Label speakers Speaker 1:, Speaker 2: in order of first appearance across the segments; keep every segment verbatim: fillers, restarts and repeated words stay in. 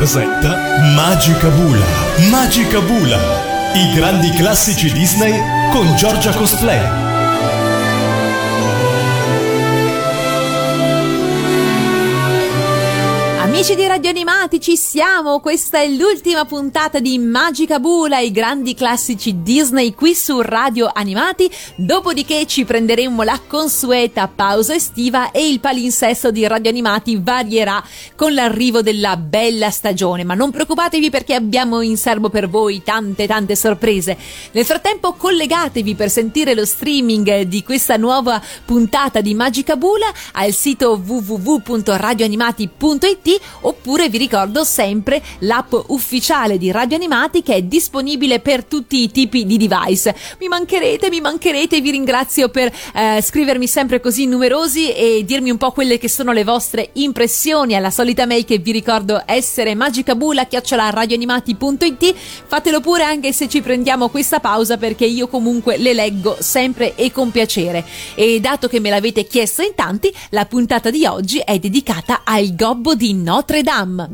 Speaker 1: presenta Magica Bula, Magica Bula, i grandi classici Disney con Giorgia Cosplay.
Speaker 2: Amici di Radio Animati, ci siamo! Questa è l'ultima puntata di Magica Bula, i grandi classici Disney qui su Radio Animati, dopodiché ci prenderemo la consueta pausa estiva e il palinsesto di Radio Animati varierà con l'arrivo della bella stagione, ma non preoccupatevi perché abbiamo in serbo per voi tante tante sorprese. Nel frattempo collegatevi per sentire lo streaming di questa nuova puntata di Magica Bula al sito w w w punto radio animati punto i t, oppure vi ricordo sempre l'app ufficiale di Radio Animati che è disponibile per tutti i tipi di device. Mi mancherete, mi mancherete, vi ringrazio per eh, scrivermi sempre così numerosi e dirmi un po' quelle che sono le vostre impressioni alla solita mail che vi ricordo essere magicabula chiocciola radioanimati punto i t. Fatelo pure anche se ci prendiamo questa pausa, perché io comunque le leggo sempre e con piacere. E dato che me l'avete chiesto in tanti, la puntata di oggi è dedicata al Gobbo di Notre Dame.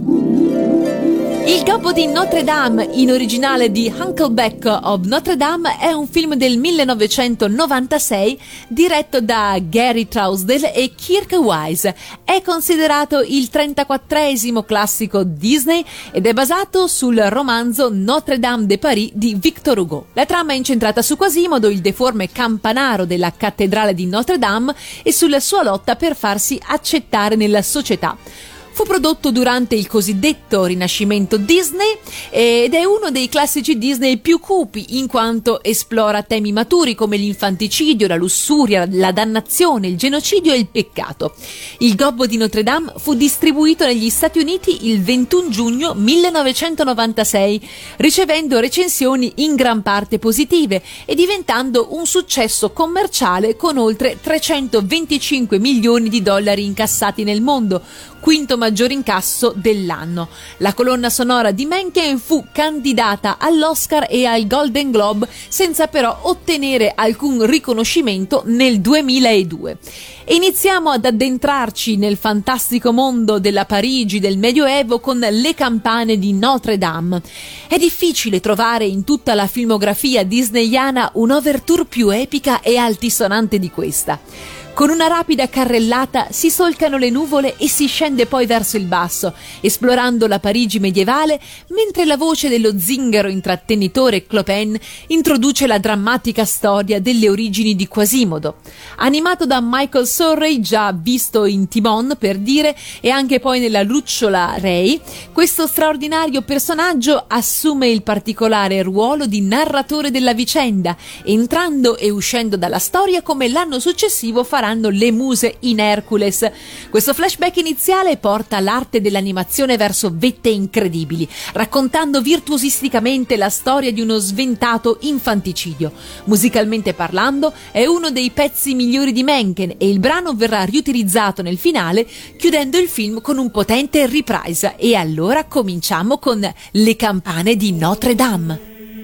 Speaker 2: Il Gobbo di Notre Dame, in originale di Huckleback of Notre Dame, è un film del millenovecentonovantasei diretto da Gary Trousdale e Kirk Wise. È considerato il trentaquattresimo classico Disney ed è basato sul romanzo Notre Dame de Paris di Victor Hugo. La trama è incentrata su Quasimodo, il deforme campanaro della cattedrale di Notre Dame, e sulla sua lotta per farsi accettare nella società. Fu prodotto durante il cosiddetto Rinascimento Disney ed è uno dei classici Disney più cupi, in quanto esplora temi maturi come l'infanticidio, la lussuria, la dannazione, il genocidio e il peccato. Il Gobbo di Notre Dame fu distribuito negli Stati Uniti il ventuno giugno millenovecentonovantasei, ricevendo recensioni in gran parte positive e diventando un successo commerciale con oltre trecentoventicinque milioni di dollari incassati nel mondo, quinto maggior incasso dell'anno. La colonna sonora di Menken fu candidata all'Oscar e al Golden Globe, senza però ottenere alcun riconoscimento nel duemiladue. E iniziamo ad addentrarci nel fantastico mondo della Parigi del Medioevo con Le campane di Notre Dame. È difficile trovare in tutta la filmografia disneyana un'overture più epica e altisonante di questa. Con una rapida carrellata si solcano le nuvole e si scende poi verso il basso, esplorando la Parigi medievale, mentre la voce dello zingaro intrattenitore Clopin introduce la drammatica storia delle origini di Quasimodo. Animato da Michael Surrey, già visto in Timon per dire, e anche poi nella lucciola Ray, questo straordinario personaggio assume il particolare ruolo di narratore della vicenda, entrando e uscendo dalla storia come l'anno successivo farà le muse in Hercules. Questo flashback iniziale porta l'arte dell'animazione verso vette incredibili, raccontando virtuosisticamente la storia di uno sventato infanticidio. Musicalmente parlando, è uno dei pezzi migliori di Menken e il brano verrà riutilizzato nel finale, chiudendo il film con un potente reprise. E allora cominciamo con Le campane di Notre Dame.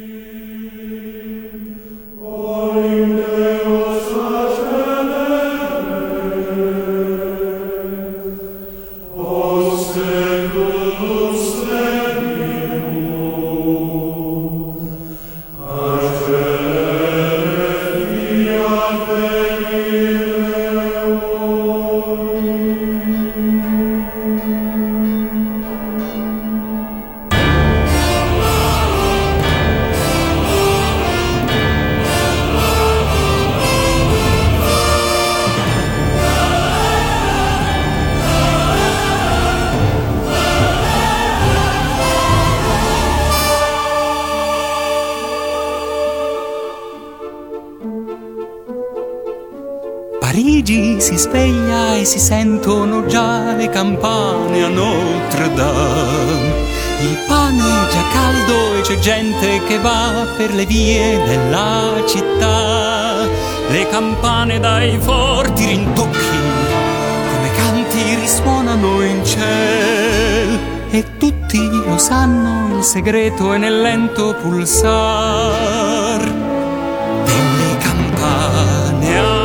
Speaker 3: Parigi si sveglia e si sentono già le campane a Notre Dame. Il pane è già caldo e c'è gente che va per le vie della città. Le campane dai forti rintocchi come canti risuonano in ciel, e tutti lo sanno, il segreto è nel lento pulsar delle campane a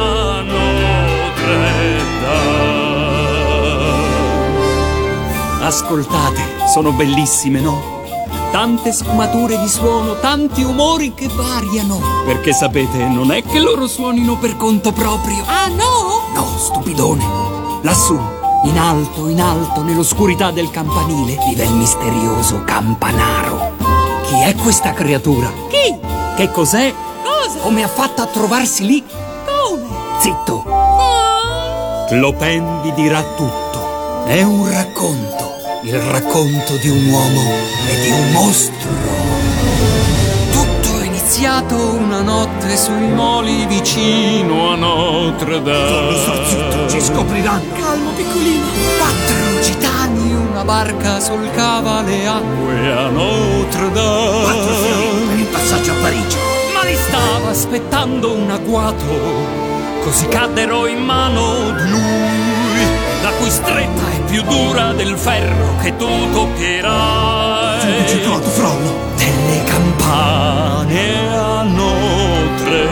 Speaker 3: Ascoltate, sono bellissime, no? Tante sfumature di suono, tanti umori che variano. Perché sapete, non è che loro suonino per conto proprio.
Speaker 2: Ah, no?
Speaker 3: No, stupidone. Lassù, in alto, in alto, nell'oscurità del campanile, vive il misterioso campanaro. Chi è questa creatura?
Speaker 2: Chi?
Speaker 3: Che cos'è?
Speaker 2: Cosa?
Speaker 3: Come ha fatto a trovarsi lì?
Speaker 2: Come?
Speaker 3: Zitto,
Speaker 2: Ah.
Speaker 3: Clopin vi dirà tutto. È un racconto. Il racconto di un uomo e di un mostro. Tutto è iniziato una notte sui moli vicino a Notre Dame. Sto zitto, ci scopriranno.
Speaker 2: Calmo, piccolino.
Speaker 3: Quattro gitani, una barca solcava le acque a Notre Dame.
Speaker 4: Quattro fiori per il passaggio a Parigi.
Speaker 3: Ma li stava aspettando un agguato. Così caddero in mano di lui, la cui stretta è più dura del ferro che tu toccherai.
Speaker 4: Ciclato, Frollo.
Speaker 3: Delle campane a Notre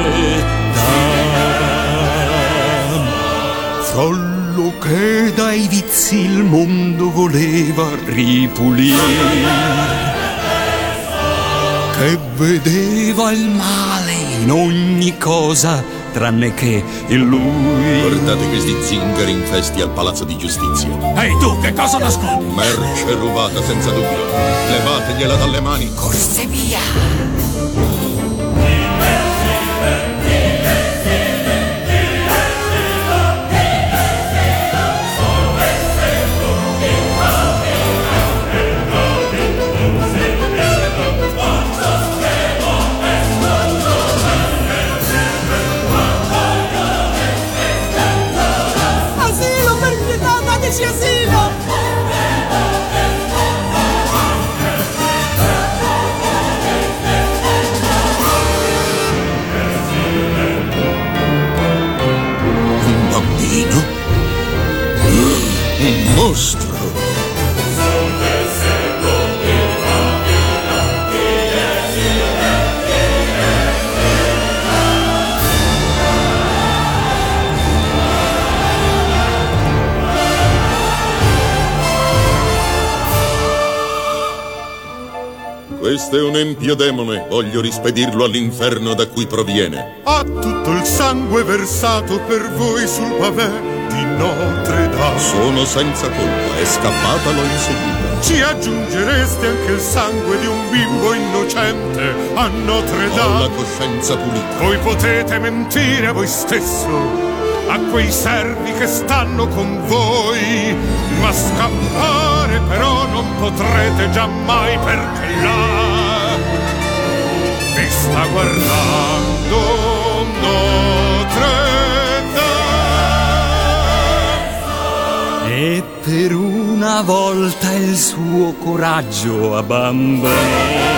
Speaker 3: Dame. Frollo che dai vizi il mondo voleva ripulire, che vedeva il male in ogni cosa tranne che in lui.
Speaker 5: Portate questi zingari infesti al palazzo di giustizia.
Speaker 4: Ehi tu, che cosa nascondi?
Speaker 5: Merce rubata senza dubbio. Levategliela dalle mani.
Speaker 3: Corse via.
Speaker 2: Asilo!
Speaker 5: Un bambino? Un mostro? Questo è un empio demone, voglio rispedirlo all'inferno da cui proviene.
Speaker 6: Ha tutto il sangue versato per voi sul pavé di Notre Dame.
Speaker 5: Sono senza colpa, è scappata, l'ho inseguita.
Speaker 6: Ci aggiungereste anche il sangue di un bimbo innocente a Notre Dame.
Speaker 5: Ho la coscienza pulita.
Speaker 6: Voi potete mentire a voi stesso, a quei servi che stanno con voi, ma scappare però non potrete giammai, perché là vi sta guardando Notre Dame.
Speaker 3: E per una volta il suo coraggio abbandonò.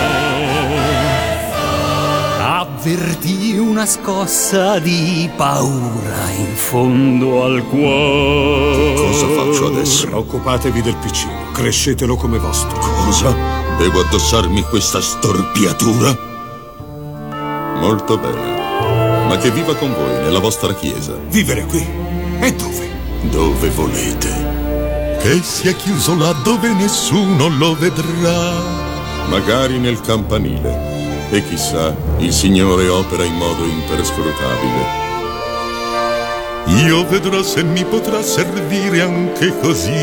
Speaker 3: Avvertì una scossa di paura in fondo al cuore.
Speaker 5: Cosa faccio adesso?
Speaker 6: Occupatevi del piccino, crescetelo come vostro.
Speaker 5: Cosa? Devo addossarmi questa storpiatura? Molto bene. Ma che viva con voi nella vostra chiesa.
Speaker 6: Vivere qui? E dove?
Speaker 5: Dove volete.
Speaker 1: Che sia chiuso là dove nessuno lo vedrà.
Speaker 5: Magari nel campanile. E chissà, il Signore opera in modo imperscrutabile.
Speaker 1: Io vedrò se mi potrà servire anche così,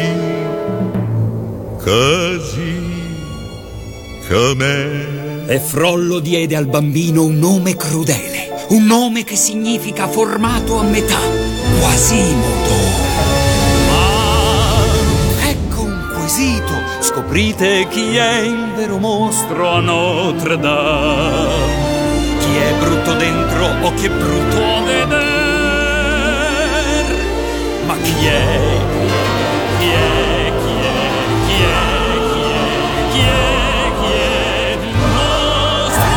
Speaker 1: così com'è.
Speaker 3: E Frollo diede al bambino un nome crudele, un nome che significa formato a metà, Quasimodo. Ma ecco un quesito, scoprite chi è il vero mostro a Notre Dame. Chi è brutto dentro o chi è brutto a vedere? Ma chi è? Chi è? Chi è? Chi è? Chi è? Chi è? Chi è il nostro?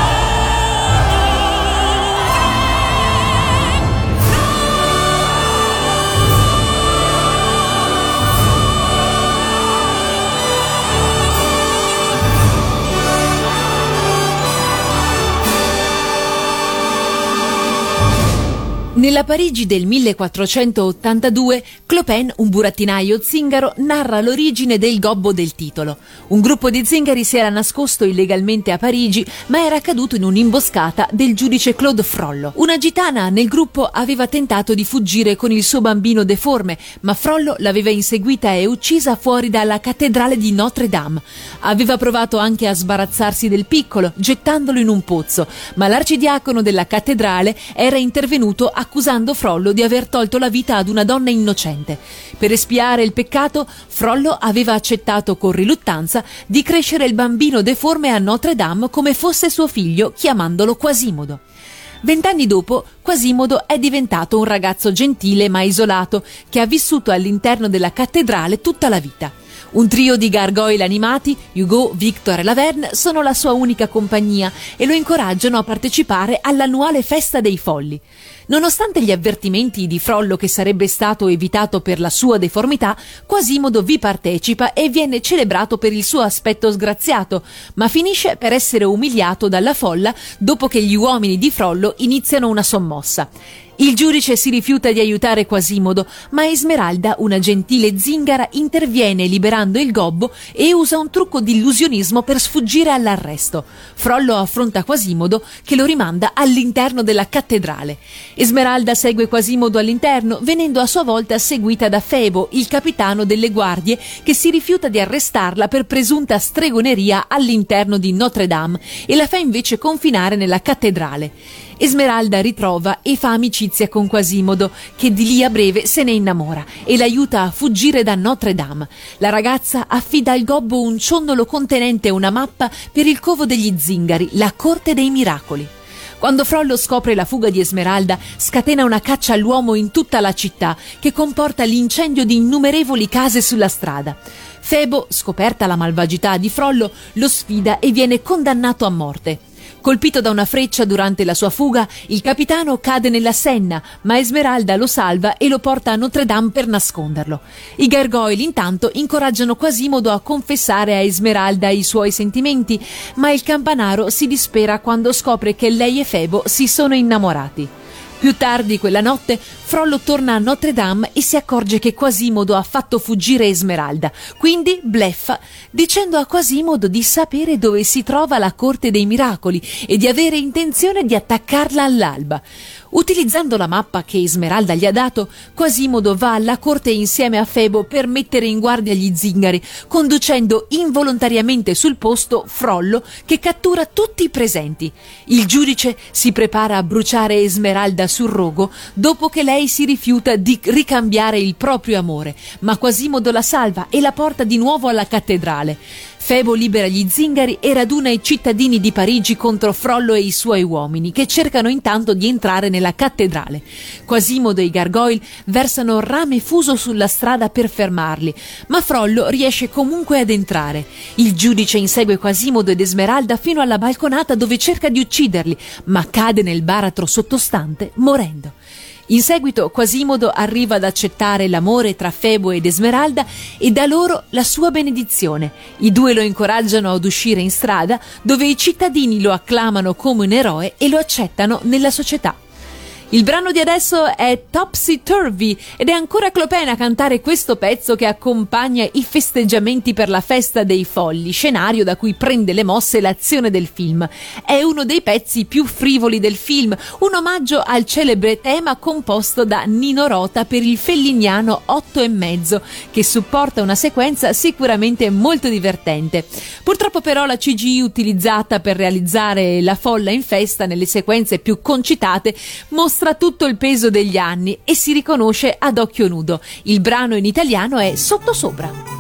Speaker 2: Nella Parigi del millequattrocentottantadue, Clopin, un burattinaio zingaro, narra l'origine del gobbo del titolo. Un gruppo di zingari si era nascosto illegalmente a Parigi, ma era caduto in un'imboscata del giudice Claude Frollo. Una gitana nel gruppo aveva tentato di fuggire con il suo bambino deforme, ma Frollo l'aveva inseguita e uccisa fuori dalla cattedrale di Notre Dame. Aveva provato anche a sbarazzarsi del piccolo, gettandolo in un pozzo, ma l'arcidiacono della cattedrale era intervenuto accusando Frollo di aver tolto la vita ad una donna innocente. Per espiare il peccato, Frollo aveva accettato con riluttanza di crescere il bambino deforme a Notre Dame come fosse suo figlio, chiamandolo Quasimodo. Vent'anni dopo, Quasimodo è diventato un ragazzo gentile ma isolato, che ha vissuto all'interno della cattedrale tutta la vita. Un trio di gargoyle animati, Hugo, Victor e Laverne, sono la sua unica compagnia e lo incoraggiano a partecipare all'annuale festa dei folli. Nonostante gli avvertimenti di Frollo che sarebbe stato evitato per la sua deformità, Quasimodo vi partecipa e viene celebrato per il suo aspetto sgraziato, ma finisce per essere umiliato dalla folla dopo che gli uomini di Frollo iniziano una sommossa. Il giudice si rifiuta di aiutare Quasimodo, ma Esmeralda, una gentile zingara, interviene liberando il gobbo e usa un trucco di illusionismo per sfuggire all'arresto. Frollo affronta Quasimodo, che lo rimanda all'interno della cattedrale. Esmeralda segue Quasimodo all'interno, venendo a sua volta seguita da Febo, il capitano delle guardie, che si rifiuta di arrestarla per presunta stregoneria all'interno di Notre Dame e la fa invece confinare nella cattedrale. Esmeralda ritrova e fa amicizia con Quasimodo, che di lì a breve se ne innamora e l'aiuta a fuggire da Notre Dame. La ragazza affida al gobbo un ciondolo contenente una mappa per il covo degli zingari, la corte dei miracoli. Quando Frollo scopre la fuga di Esmeralda, scatena una caccia all'uomo in tutta la città, che comporta l'incendio di innumerevoli case sulla strada. Febo, scoperta la malvagità di Frollo, lo sfida e viene condannato a morte. Colpito da una freccia durante la sua fuga, il capitano cade nella Senna, ma Esmeralda lo salva e lo porta a Notre Dame per nasconderlo. I gargoyle intanto incoraggiano Quasimodo a confessare a Esmeralda i suoi sentimenti, ma il campanaro si dispera quando scopre che lei e Febo si sono innamorati. Più tardi quella notte, Frollo torna a Notre Dame e si accorge che Quasimodo ha fatto fuggire Esmeralda, quindi bleffa, dicendo a Quasimodo di sapere dove si trova la Corte dei Miracoli e di avere intenzione di attaccarla all'alba. Utilizzando la mappa che Esmeralda gli ha dato, Quasimodo va alla corte insieme a Febo per mettere in guardia gli zingari, conducendo involontariamente sul posto Frollo, che cattura tutti i presenti. Il giudice si prepara a bruciare Esmeralda sul rogo dopo che lei si rifiuta di ricambiare il proprio amore, ma Quasimodo la salva e la porta di nuovo alla cattedrale. Febo libera gli zingari e raduna i cittadini di Parigi contro Frollo e i suoi uomini, che cercano intanto di entrare nella cattedrale. Quasimodo e i gargoyle versano rame fuso sulla strada per fermarli, ma Frollo riesce comunque ad entrare. Il giudice insegue Quasimodo ed Esmeralda fino alla balconata dove cerca di ucciderli, ma cade nel baratro sottostante morendo. In seguito Quasimodo arriva ad accettare l'amore tra Febo ed Esmeralda e dà loro la sua benedizione. I due lo incoraggiano ad uscire in strada, dove i cittadini lo acclamano come un eroe e lo accettano nella società. Il brano di adesso è Topsy Turvy ed è ancora Clopin a cantare questo pezzo che accompagna i festeggiamenti per la festa dei folli, scenario da cui prende le mosse l'azione del film. È uno dei pezzi più frivoli del film, un omaggio al celebre tema composto da Nino Rota per il felliniano Otto e mezzo, che supporta una sequenza sicuramente molto divertente. Purtroppo però la C G I utilizzata per realizzare la folla in festa nelle sequenze più concitate mostra tutto il peso degli anni e si riconosce ad occhio nudo. Il brano in italiano è Sottosopra.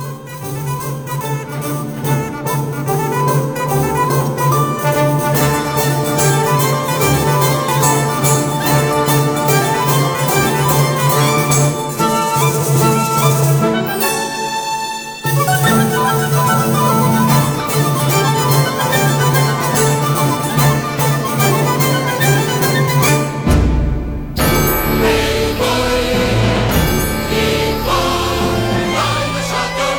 Speaker 7: Shotgun!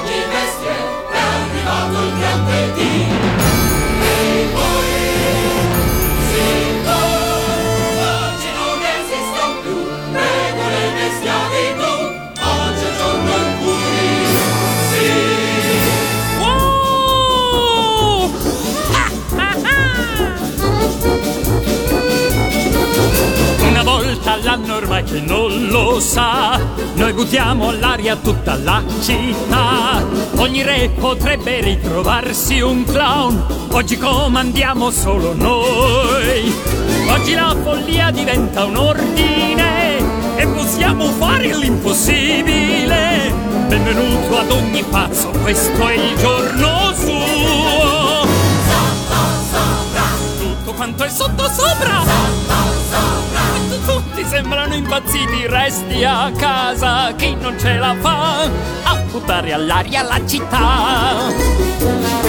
Speaker 3: lo sa. Noi buttiamo all'aria tutta la città. Ogni re potrebbe ritrovarsi un clown. Oggi comandiamo solo noi. Oggi la follia diventa un ordine e possiamo fare l'impossibile. Benvenuto ad ogni pazzo, questo è il giorno suo.
Speaker 7: Sotto sopra,
Speaker 3: Tutto quanto è sotto sopra.
Speaker 7: sotto sopra,
Speaker 3: Tutti sembrano impazziti, resti a casa. Chi non ce la fa a buttare all'aria la città.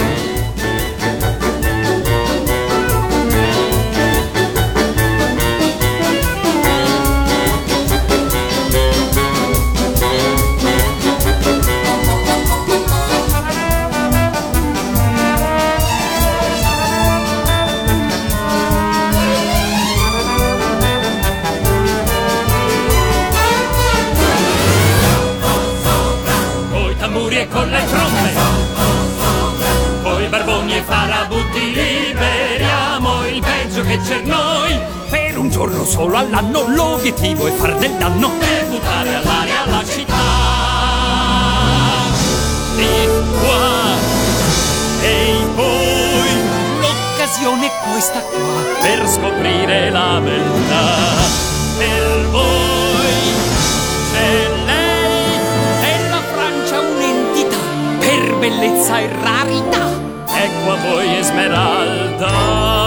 Speaker 3: E con le trombe, poi barboni e farabutti, liberiamo il peggio che c'è in noi. Per un giorno solo all'anno l'obiettivo è far del danno e buttare all'aria la città. Di qua e poi l'occasione è questa qua per scoprire la beltà. Per voi c'è bellezza e rarità. Ecco a voi Esmeralda.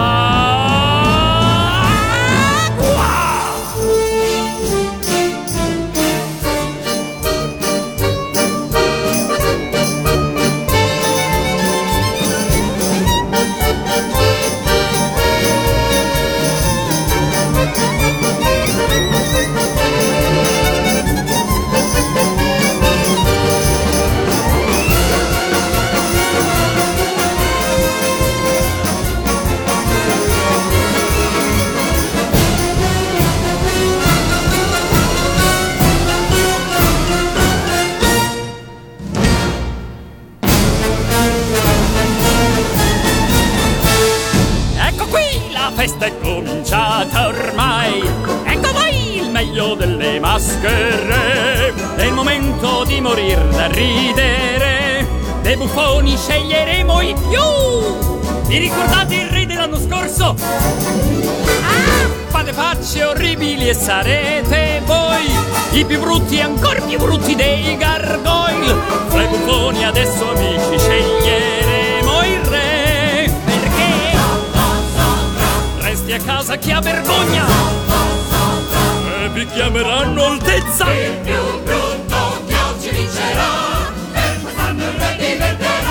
Speaker 3: È cominciata ormai, ecco voi il meglio delle maschere. È il momento di morir da ridere. Dei buffoni sceglieremo i più. Vi ricordate il re dell'anno scorso? Ah, fate facce orribili e sarete voi i più brutti e ancora più brutti dei gargoyle. Fra i buffoni adesso amici sceglieremo il re. A casa chi ha vergogna e vi chiameranno altezza.
Speaker 7: il più brutto che oggi vincerà, e quest'anno il re diverterà.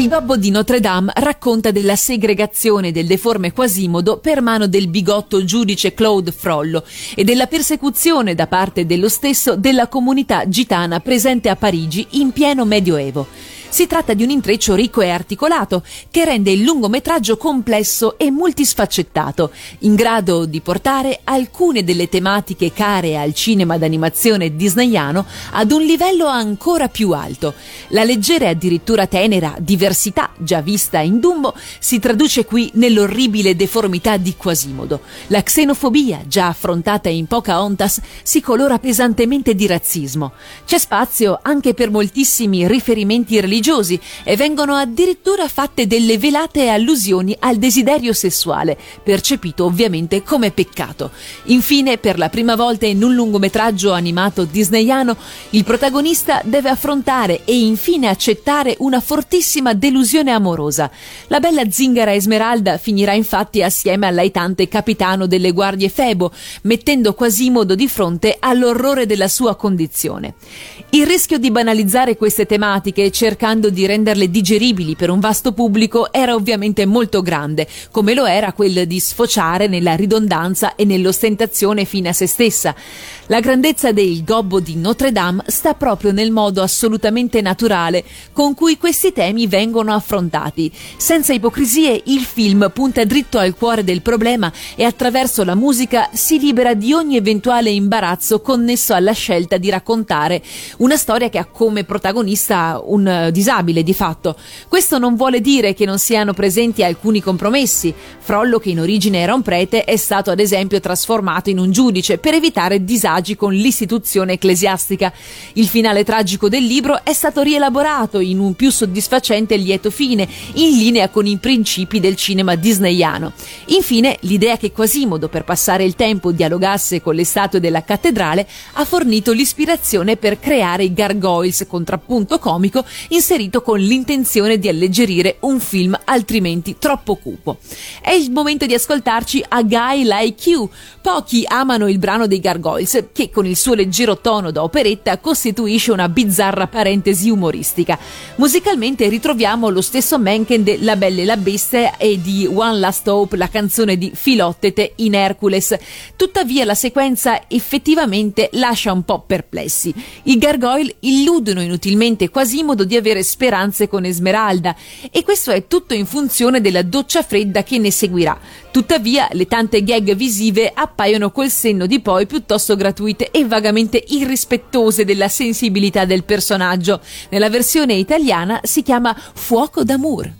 Speaker 2: Gobbo di Notre Dame racconta della segregazione del deforme Quasimodo per mano del bigotto giudice Claude Frollo e della persecuzione da parte dello stesso della comunità gitana presente a Parigi in pieno Medioevo. Si tratta di un intreccio ricco e articolato che rende il lungometraggio complesso e multisfaccettato, in grado di portare alcune delle tematiche care al cinema d'animazione disneyano ad un livello ancora più alto. La leggera e addirittura tenera diversità già vista in Dumbo si traduce qui nell'orribile deformità di Quasimodo. La xenofobia, già affrontata in Pocahontas, si colora pesantemente di razzismo. C'è spazio anche per moltissimi riferimenti religiosi e vengono addirittura fatte delle velate allusioni al desiderio sessuale, percepito ovviamente come peccato. Infine, per la prima volta in un lungometraggio animato disneyano, il protagonista deve affrontare e infine accettare una fortissima delusione amorosa. La bella zingara Esmeralda finirà infatti assieme all'aitante capitano delle guardie Febo, mettendo Quasimodo di fronte all'orrore della sua condizione. Il rischio di banalizzare queste tematiche cercando di renderle digeribili per un vasto pubblico era ovviamente molto grande, come lo era quel di sfociare nella ridondanza e nell'ostentazione fine a se stessa. La grandezza del Gobbo di Notre Dame sta proprio nel modo assolutamente naturale con cui questi temi vengono affrontati. Senza ipocrisie, il film punta dritto al cuore del problema e attraverso la musica si libera di ogni eventuale imbarazzo connesso alla scelta di raccontare una storia che ha come protagonista un disabile di fatto. Questo non vuole dire che non siano presenti alcuni compromessi. Frollo, che in origine era un prete, è stato ad esempio trasformato in un giudice per evitare disagi con l'istituzione ecclesiastica. Il finale tragico del libro è stato rielaborato in un più soddisfacente e lieto fine, in linea con i principi del cinema disneyano. Infine, l'idea che Quasimodo, per passare il tempo, dialogasse con le statue della cattedrale ha fornito l'ispirazione per creare i Gargoyles, contrappunto comico inserito con l'intenzione di alleggerire un film altrimenti troppo cupo. È il momento di ascoltarci A Guy Like You. Pochi amano il brano dei Gargoyles, che con il suo leggero tono da operetta costituisce una bizzarra parentesi umoristica. Musicalmente ritroviamo lo stesso Mencken de La Bella e la Bestia e di One Last Hope, la canzone di Filottete in Hercules. Tuttavia la sequenza effettivamente lascia un po' perplessi. I Gargoyle illudono inutilmente Quasimodo di avere speranze con Esmeralda e questo è tutto in funzione della doccia fredda che ne seguirà. Tuttavia le tante gag visive appaiono col senno di poi piuttosto gratuite e vagamente irrispettose della sensibilità del personaggio. Nella versione italiana si chiama Fuoco d'Amour.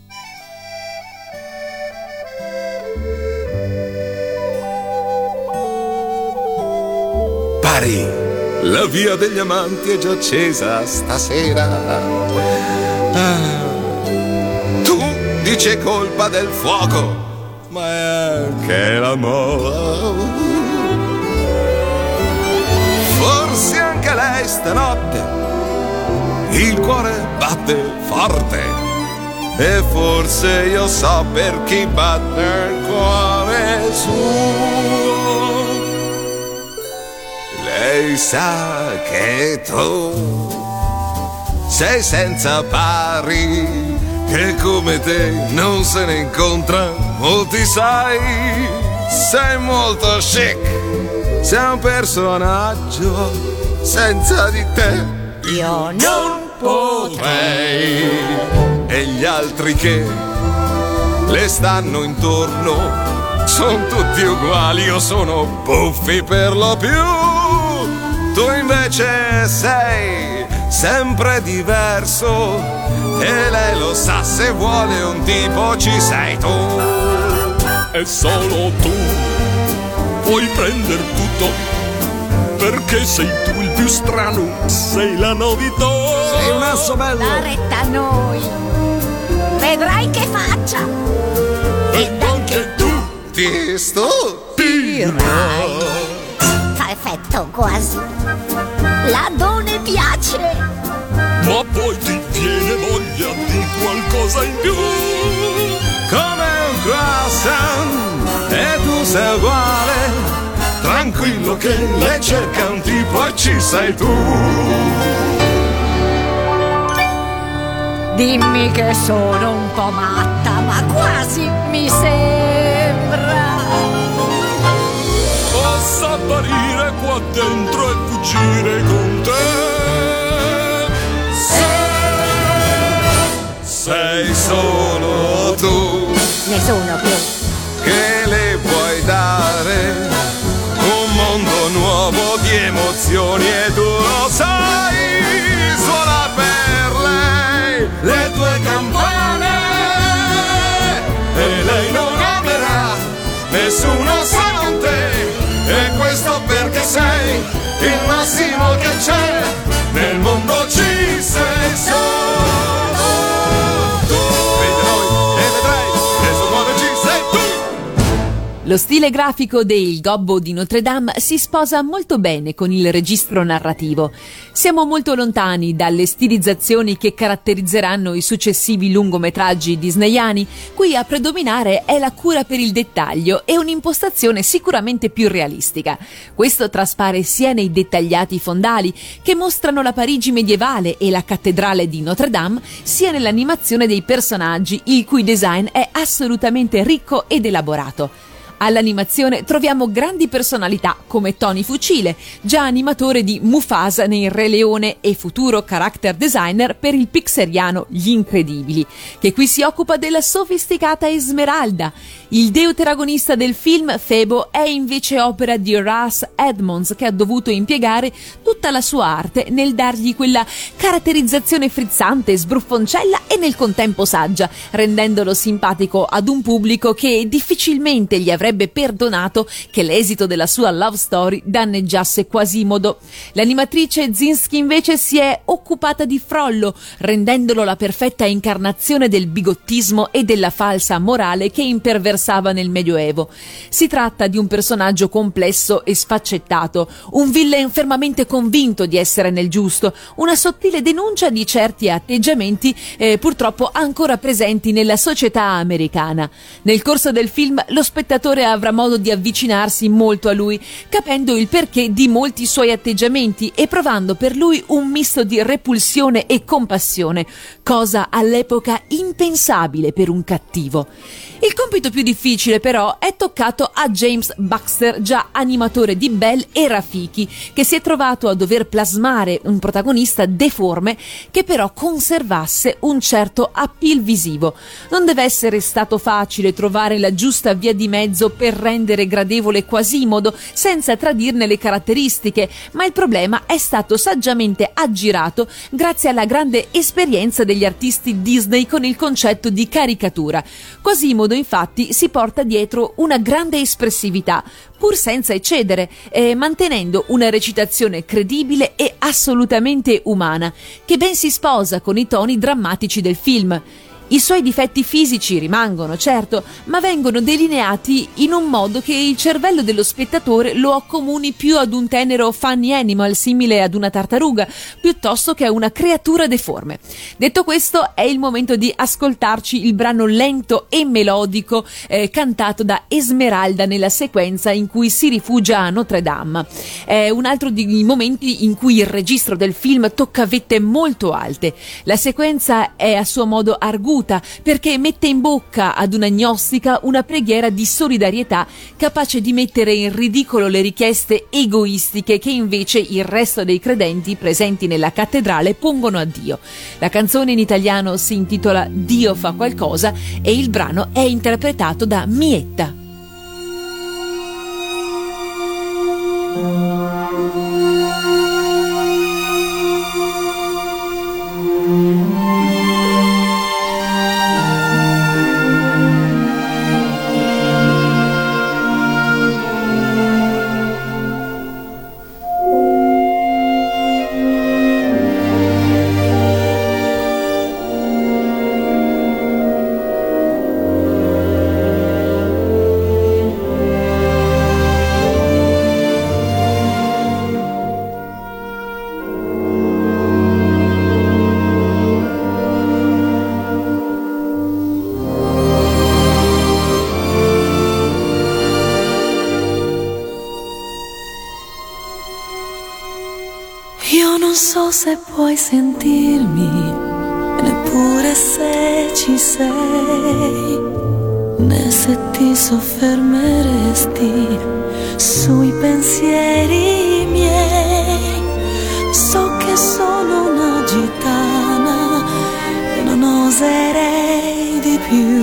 Speaker 8: Pari, la via degli amanti è già accesa stasera. Ah, tu dici è colpa del fuoco, ma è anche l'amore. Forse anche lei stanotte il cuore batte forte, e forse io so per chi batte il cuore suo. Lei sa che tu sei senza pari, che come te non se ne incontra molti, sai. Sei molto chic, sei un personaggio, senza di te io non potrei. E gli altri che le stanno intorno sono tutti uguali, io sono buffi per lo più. Tu invece sei sempre diverso e lei lo sa, se vuole un tipo ci sei tu.
Speaker 6: E solo tu puoi prendere tutto, perché sei tu il più strano, sei la novità.
Speaker 8: Sei un asso bello.
Speaker 9: La retta a noi, vedrai che faccia.
Speaker 6: Ed anche tu
Speaker 8: Ti stupirai.
Speaker 9: Fa effetto quasi. La donna piace.
Speaker 6: ma poi ti viene voglia di qualcosa in più.
Speaker 8: Come un croissant e tu sei uguale, tranquillo che lei cerca un tipo e ci sei tu.
Speaker 9: Dimmi che sono un po' matta, ma quasi mi sembra.
Speaker 6: Posso apparire qua dentro e fuggire con te. Se sei solo tu,
Speaker 9: Nessuno più.
Speaker 8: che le puoi dare un mondo nuovo di emozioni e tu lo sai. Suona per lei le tue campane e lei non amerà nessuno se non te. E questo perché sei il massimo che c'è nel mondo, ci sei solo tu. Vedrai e vedrai che sul mondo ci sei tu.
Speaker 2: Lo stile grafico de Il Gobbo di Notre Dame si sposa molto bene con il registro narrativo. Siamo molto lontani dalle stilizzazioni che caratterizzeranno i successivi lungometraggi disneyani. Qui a predominare è la cura per il dettaglio e un'impostazione sicuramente più realistica. Questo traspare sia nei dettagliati fondali, che mostrano la Parigi medievale e la cattedrale di Notre Dame, sia nell'animazione dei personaggi, il cui design è assolutamente ricco ed elaborato. All'animazione troviamo grandi personalità come Tony Fucile, già animatore di Mufasa nei Re Leone e futuro character designer per il pixariano Gli Incredibili, che qui si occupa della sofisticata Esmeralda. Il deuteragonista del film, Febo, è invece opera di Russ Edmonds, che ha dovuto impiegare tutta la sua arte nel dargli quella caratterizzazione frizzante, sbruffoncella e nel contempo saggia, rendendolo simpatico ad un pubblico che difficilmente gli avrebbe perdonato che l'esito della sua love story danneggiasse Quasimodo. L'animatrice Zinski invece si è occupata di Frollo, rendendolo la perfetta incarnazione del bigottismo e della falsa morale che imperversava nel Medioevo. Si tratta di un personaggio complesso e sfaccettato, un villain fermamente convinto di essere nel giusto, una sottile denuncia di certi atteggiamenti eh, purtroppo ancora presenti nella società americana. Nel corso del film lo spettatore avrà modo di avvicinarsi molto a lui, capendo il perché di molti suoi atteggiamenti e provando per lui un misto di repulsione e compassione, cosa all'epoca impensabile per un cattivo. Il compito più difficile però è toccato a James Baxter, già animatore di Belle e Rafiki, che si è trovato a dover plasmare un protagonista deforme che però conservasse un certo appeal visivo. Non deve essere stato facile trovare la giusta via di mezzo per rendere gradevole Quasimodo senza tradirne le caratteristiche, ma il problema è stato saggiamente aggirato grazie alla grande esperienza degli artisti Disney con il concetto di caricatura. Quasimodo infatti si porta dietro una grande espressività, pur senza eccedere, eh, mantenendo una recitazione credibile e assolutamente umana, che ben si sposa con i toni drammatici del film. I suoi difetti fisici rimangono, certo, ma vengono delineati in un modo che il cervello dello spettatore lo accomuni più ad un tenero funny animal simile ad una tartaruga, piuttosto che a una creatura deforme. Detto questo, è il momento di ascoltarci il brano lento e melodico eh, cantato da Esmeralda nella sequenza in cui si rifugia a Notre Dame. È un altro dei momenti in cui il registro del film tocca vette molto alte. La sequenza è a suo modo arguta, perché mette in bocca ad una gnostica una preghiera di solidarietà capace di mettere in ridicolo le richieste egoistiche che invece il resto dei credenti presenti nella cattedrale pongono a Dio. La canzone in italiano si intitola Dio fa qualcosa e il brano è interpretato da Mietta.
Speaker 10: Io non so se puoi sentirmi, neppure sei, né se ti soffermeresti sui pensieri miei. So che sono una gitana e non oserei di più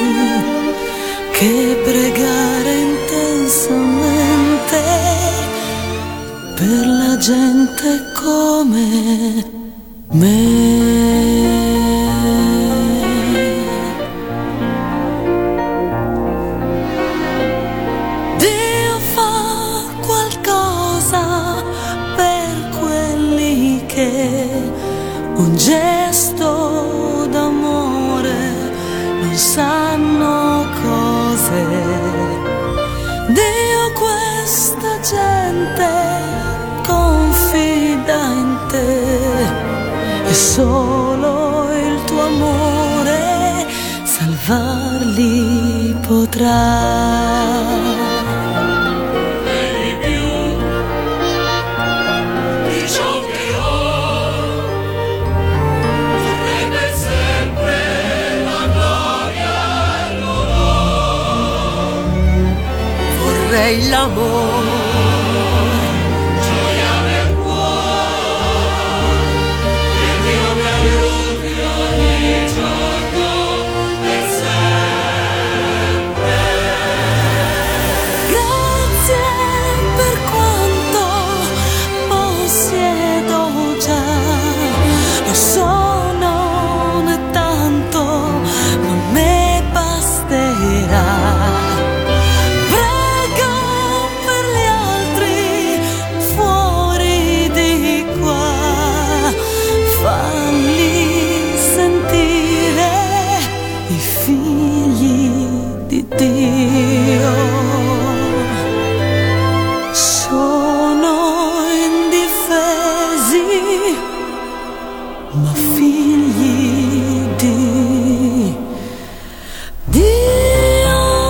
Speaker 10: che pregare intensamente per la gente come me. Dio fa qualcosa per quelli che un gesto d'amore non sanno cose. Dio questa gente confida in te e solo il tuo amore salvarli potrà. L'amore, gioia nel cuore, che Dio mi aiuti ogni giorno e sempre. Grazie per quanto possiedo già, lo sono né tanto, ma me basterà. Dio, sono indifesi, ma figli di Dio.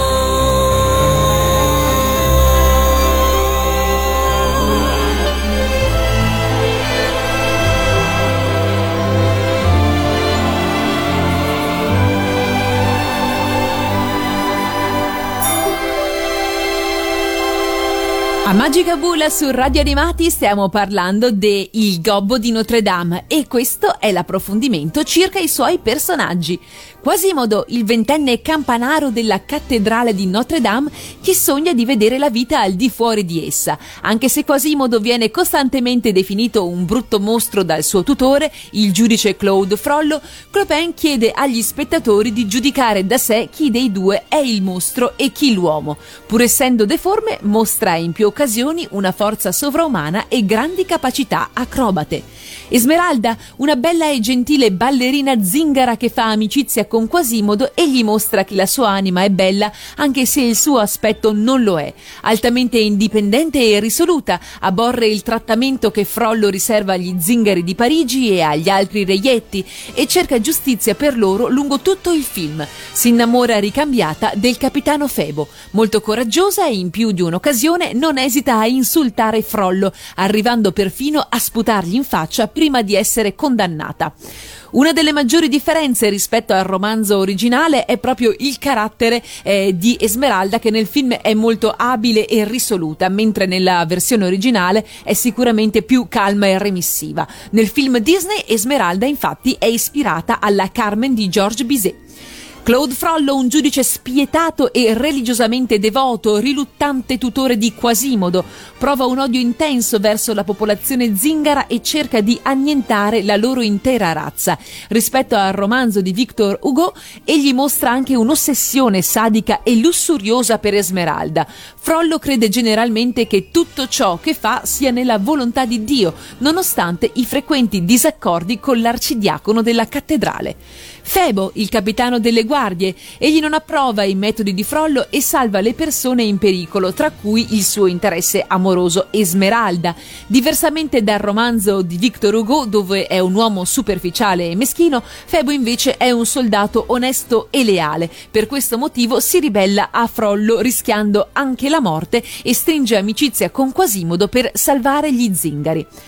Speaker 2: A Magica Bula su Radio Animati stiamo parlando de Il Gobbo di Notre Dame e questo è l'approfondimento circa i suoi personaggi. Quasimodo, il ventenne campanaro della cattedrale di Notre Dame che sogna di vedere la vita al di fuori di essa. Anche se Quasimodo viene costantemente definito un brutto mostro dal suo tutore, il giudice Claude Frollo, Clopin chiede agli spettatori di giudicare da sé chi dei due è il mostro e chi l'uomo. Pur essendo deforme, mostra in più occasioni una forza sovraumana e grandi capacità acrobate. Esmeralda, una bella e gentile ballerina zingara che fa amicizia con Quasimodo e gli mostra che la sua anima è bella anche se il suo aspetto non lo è. Altamente indipendente e risoluta, aborre il trattamento che Frollo riserva agli zingari di Parigi e agli altri reietti e cerca giustizia per loro lungo tutto il film. Si innamora ricambiata del capitano Febo. Molto coraggiosa e in più di un'occasione non esita a insultare Frollo, arrivando perfino a sputargli in faccia prima di essere condannata. Una delle maggiori differenze rispetto al romanzo originale è proprio il carattere eh, di Esmeralda, che nel film è molto abile e risoluta, mentre nella versione originale è sicuramente più calma e remissiva. Nel film Disney Esmeralda infatti è ispirata alla Carmen di Georges Bizet. Claude Frollo, un giudice spietato e religiosamente devoto, riluttante tutore di Quasimodo, prova un odio intenso verso la popolazione zingara e cerca di annientare la loro intera razza. Rispetto al romanzo di Victor Hugo, egli mostra anche un'ossessione sadica e lussuriosa per Esmeralda. Frollo crede generalmente che tutto ciò che fa sia nella volontà di Dio, nonostante i frequenti disaccordi con l'arcidiacono della cattedrale. Febo, il capitano delle guardie, egli non approva i metodi di Frollo e salva le persone in pericolo, tra cui il suo interesse amoroso Esmeralda. Diversamente dal romanzo di Victor Hugo, dove è un uomo superficiale e meschino, Febo invece è un soldato onesto e leale. Per questo motivo si ribella a Frollo, rischiando anche la morte, e stringe amicizia con Quasimodo per salvare gli zingari.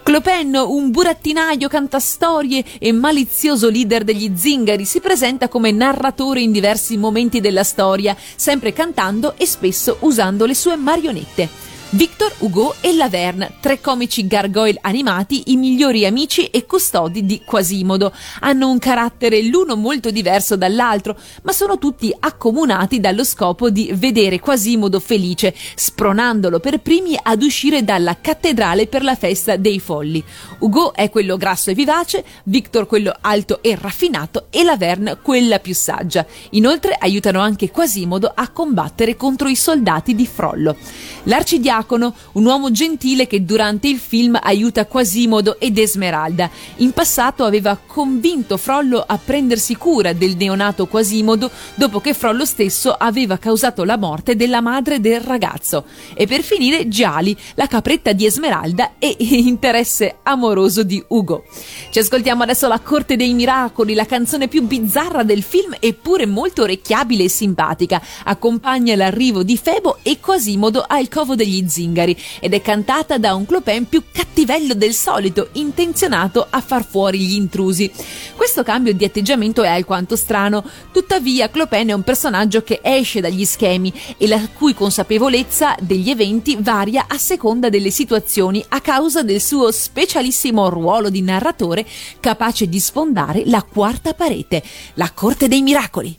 Speaker 2: Clopin, un burattinaio, cantastorie e malizioso leader degli zingari, si presenta come narratore in diversi momenti della storia, sempre cantando e spesso usando le sue marionette. Victor, Hugo e Laverne, tre comici gargoyle animati, i migliori amici e custodi di Quasimodo. Hanno un carattere l'uno molto diverso dall'altro, ma sono tutti accomunati dallo scopo di vedere Quasimodo felice, spronandolo per primi ad uscire dalla cattedrale per la festa dei folli. Hugo è quello grasso e vivace, Victor quello alto e raffinato e Laverne quella più saggia. Inoltre aiutano anche Quasimodo a combattere contro i soldati di Frollo. L'arcidiacono, un uomo gentile che durante il film aiuta Quasimodo ed Esmeralda. In passato aveva convinto Frollo a prendersi cura del neonato Quasimodo dopo che Frollo stesso aveva causato la morte della madre del ragazzo. E per finire Giali, la capretta di Esmeralda e interesse amoroso di Hugo. Ci ascoltiamo adesso La Corte dei Miracoli, la canzone più bizzarra del film eppure molto orecchiabile e simpatica. Accompagna l'arrivo di Febo e Quasimodo al covo degli zingari ed è cantata da un Clopin più cattivello del solito, intenzionato a far fuori gli intrusi. Questo cambio di atteggiamento è alquanto strano, tuttavia Clopin è un personaggio che esce dagli schemi e la cui consapevolezza degli eventi varia a seconda delle situazioni a causa del suo specialissimo ruolo di narratore capace di sfondare la quarta parete. La Corte dei Miracoli.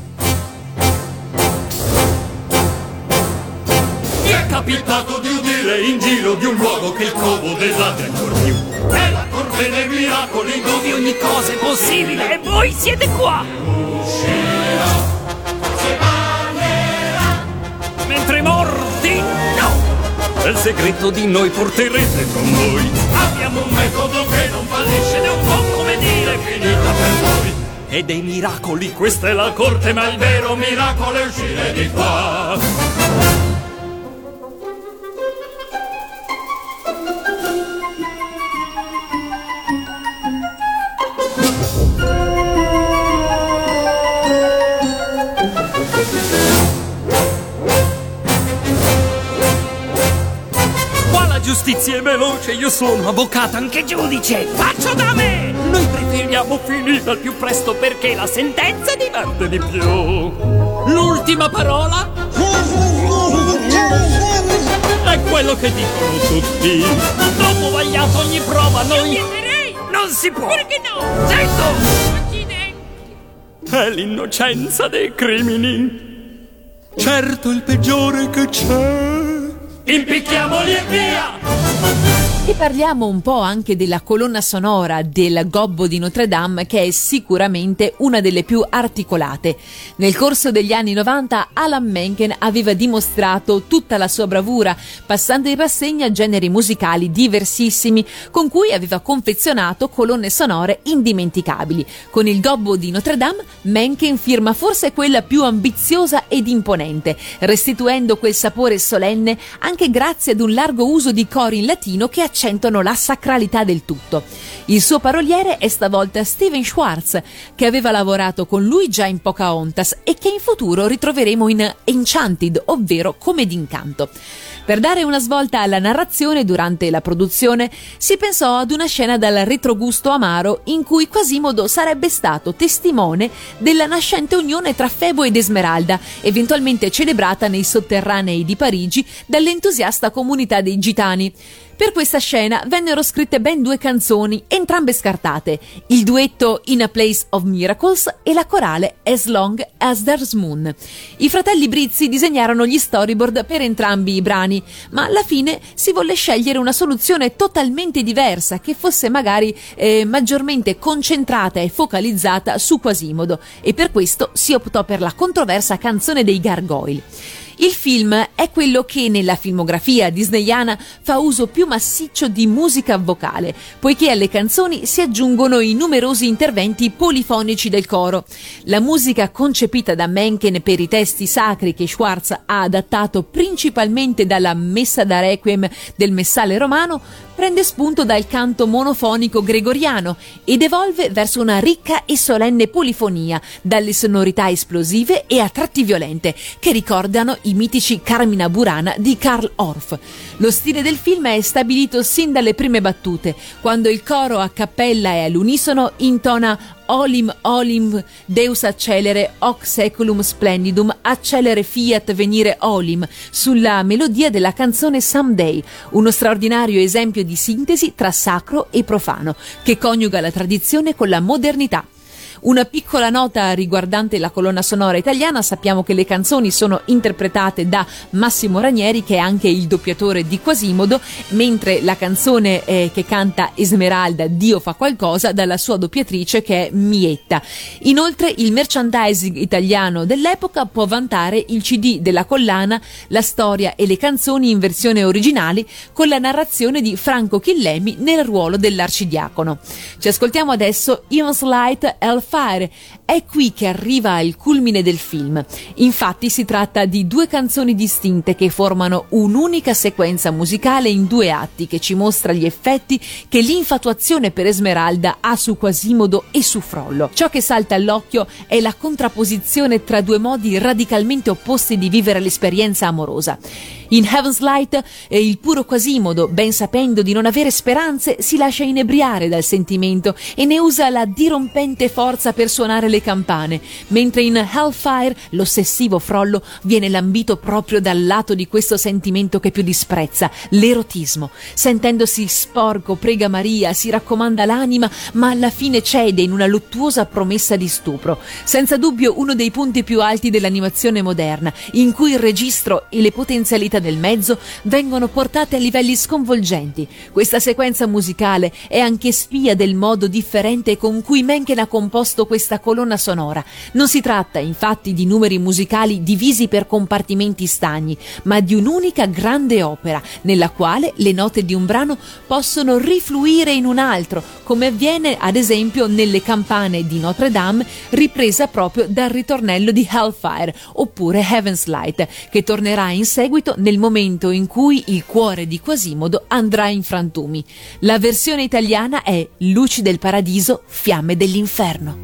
Speaker 7: È capitato di udire in giro di un luogo che il covo dei ladri ancor più. È la corte dei miracoli dove ogni cosa è possibile e voi siete qua. Uscirà, si parlerà, mentre morti no. Il segreto di noi porterete con voi. Abbiamo un metodo che non fallisce ed è un po' come dire finita per voi. E dei miracoli questa è la corte, ma il vero miracolo è uscire di qua. Giustizia è veloce, io sono avvocato, anche giudice, faccio da me! Noi preferiamo finita al più presto perché la sentenza diverte di più. L'ultima parola è quello che dicono tutti. Dopo vagliato ogni prova noi... Io chiederei! Non si può! Perché no? Certo! Accidenti! È l'innocenza dei crimini. Certo il peggiore che c'è. Impicchiamoli e via!
Speaker 2: E parliamo un po' anche della colonna sonora del Gobbo di Notre Dame, che è sicuramente una delle più articolate. Nel corso degli anni novanta Alan Menken aveva dimostrato tutta la sua bravura, passando in rassegna generi musicali diversissimi, con cui aveva confezionato colonne sonore indimenticabili. Con il Gobbo di Notre Dame, Menken firma forse quella più ambiziosa ed imponente, restituendo quel sapore solenne anche grazie ad un largo uso di cori in latino che accentuano la sacralità del tutto. Il suo paroliere è stavolta Steven Schwartz, che aveva lavorato con lui già in Pocahontas e che in futuro ritroveremo in Enchanted, ovvero Come d'incanto. Per dare una svolta alla narrazione durante la produzione si pensò ad una scena dal retrogusto amaro in cui Quasimodo sarebbe stato testimone della nascente unione tra Febo ed Esmeralda, eventualmente celebrata nei sotterranei di Parigi dall'entusiasta comunità dei gitani. Per questa scena vennero scritte ben due canzoni, entrambe scartate, il duetto In a Place of Miracles e la corale As Long as There's Moon. I fratelli Brizzi disegnarono gli storyboard per entrambi i brani, ma alla fine si volle scegliere una soluzione totalmente diversa che fosse magari eh, maggiormente concentrata e focalizzata su Quasimodo, e per questo si optò per la controversa canzone dei Gargoyle. Il film è quello che nella filmografia disneyana fa uso più massiccio di musica vocale, poiché alle canzoni si aggiungono i numerosi interventi polifonici del coro. La musica concepita da Menken per i testi sacri che Schwartz ha adattato principalmente dalla Messa da Requiem del Messale romano prende spunto dal canto monofonico gregoriano ed evolve verso una ricca e solenne polifonia, dalle sonorità esplosive e a tratti violente che ricordano i mitici Carmina Burana di Karl Orff. Lo stile del film è stabilito sin dalle prime battute, quando il coro a cappella e all'unisono intona Olim olim Deus accelere hoc seculum splendidum accelere fiat venire olim, sulla melodia della canzone Someday, uno straordinario esempio di sintesi tra sacro e profano, che coniuga la tradizione con la modernità. Una piccola nota riguardante la colonna sonora italiana: sappiamo che le canzoni sono interpretate da Massimo Ranieri, che è anche il doppiatore di Quasimodo, mentre la canzone eh, che canta Esmeralda, Dio fa qualcosa, dalla sua doppiatrice che è Mietta. Inoltre il merchandising italiano dell'epoca può vantare il C D della collana, la storia e le canzoni in versione originali, con la narrazione di Franco Chillemi nel ruolo dell'arcidiacono. Ci ascoltiamo adesso Evan's Light Hellfire. È qui che arriva al culmine del film. Infatti si tratta di due canzoni distinte che formano un'unica sequenza musicale in due atti, che ci mostra gli effetti che l'infatuazione per Esmeralda ha su Quasimodo e su Frollo. Ciò che salta all'occhio è la contrapposizione tra due modi radicalmente opposti di vivere l'esperienza amorosa. In Heaven's Light eh, il puro Quasimodo, ben sapendo di non avere speranze, si lascia inebriare dal sentimento e ne usa la dirompente forza per suonare le campane, mentre in Hellfire l'ossessivo Frollo viene lambito proprio dal lato di questo sentimento che più disprezza, l'erotismo. Sentendosi sporco prega Maria, si raccomanda l'anima, ma alla fine cede in una luttuosa promessa di stupro. Senza dubbio uno dei punti più alti dell'animazione moderna, in cui il registro e le potenzialità del mezzo vengono portate a livelli sconvolgenti. Questa sequenza musicale è anche spia del modo differente con cui Mencken ha composto questa colonna sonora. Non si tratta infatti di numeri musicali divisi per compartimenti stagni, ma di un'unica grande opera nella quale le note di un brano possono rifluire in un altro, come avviene ad esempio nelle campane di Notre Dame, ripresa proprio dal ritornello di Hellfire, oppure Heaven's Light, che tornerà in seguito nel momento in cui il cuore di Quasimodo andrà in frantumi. La versione italiana è Luci del paradiso, fiamme dell'inferno.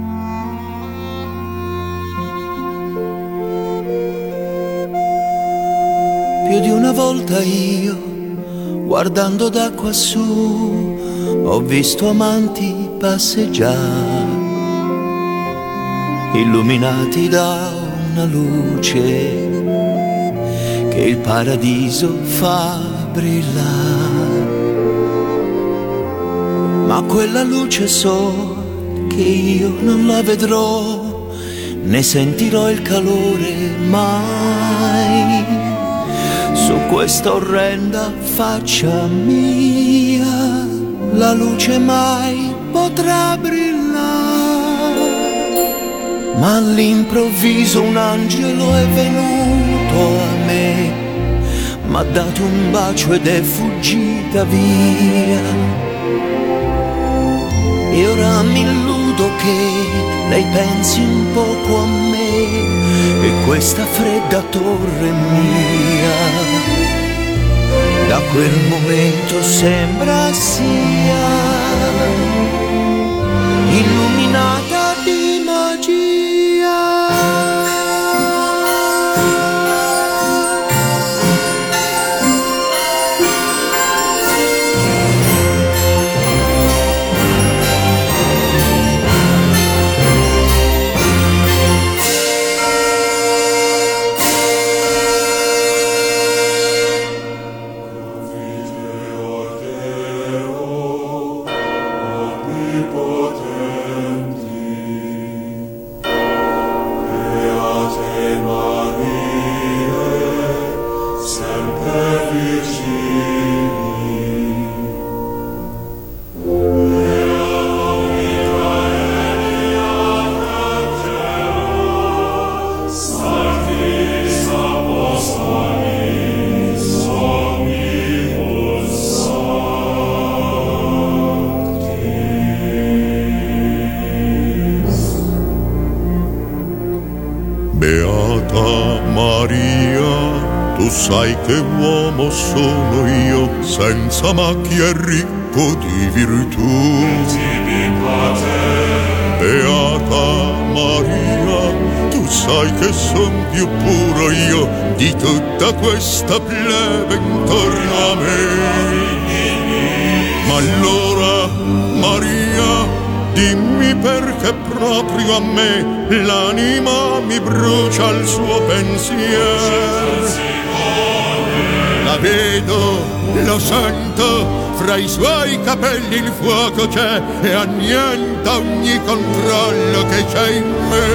Speaker 11: Più di una volta io, guardando da quassù, ho visto amanti passeggiare, illuminati da una luce che il paradiso fa brillare. Ma quella luce so che io non la vedrò, né sentirò il calore mai su questa orrenda faccia mia. La luce mai potrà brillare, ma all'improvviso un angelo è venuto a me, m'ha dato un bacio ed è fuggita via. E ora mi illudo che lei pensi un poco a me e questa fredda torre mia da quel momento sembra sia illuminata di magia.
Speaker 6: Beata Maria, tu sai che uomo sono io, senza macchia e ricco di virtù. Beata Maria, tu sai che son più puro io di tutta questa plebe intorno a me. Ma allora, Maria, dimmi perché proprio a me l'anima mi brucia al suo pensiero. La vedo, lo sento, fra i suoi capelli il fuoco c'è e annienta ogni controllo che c'è in me.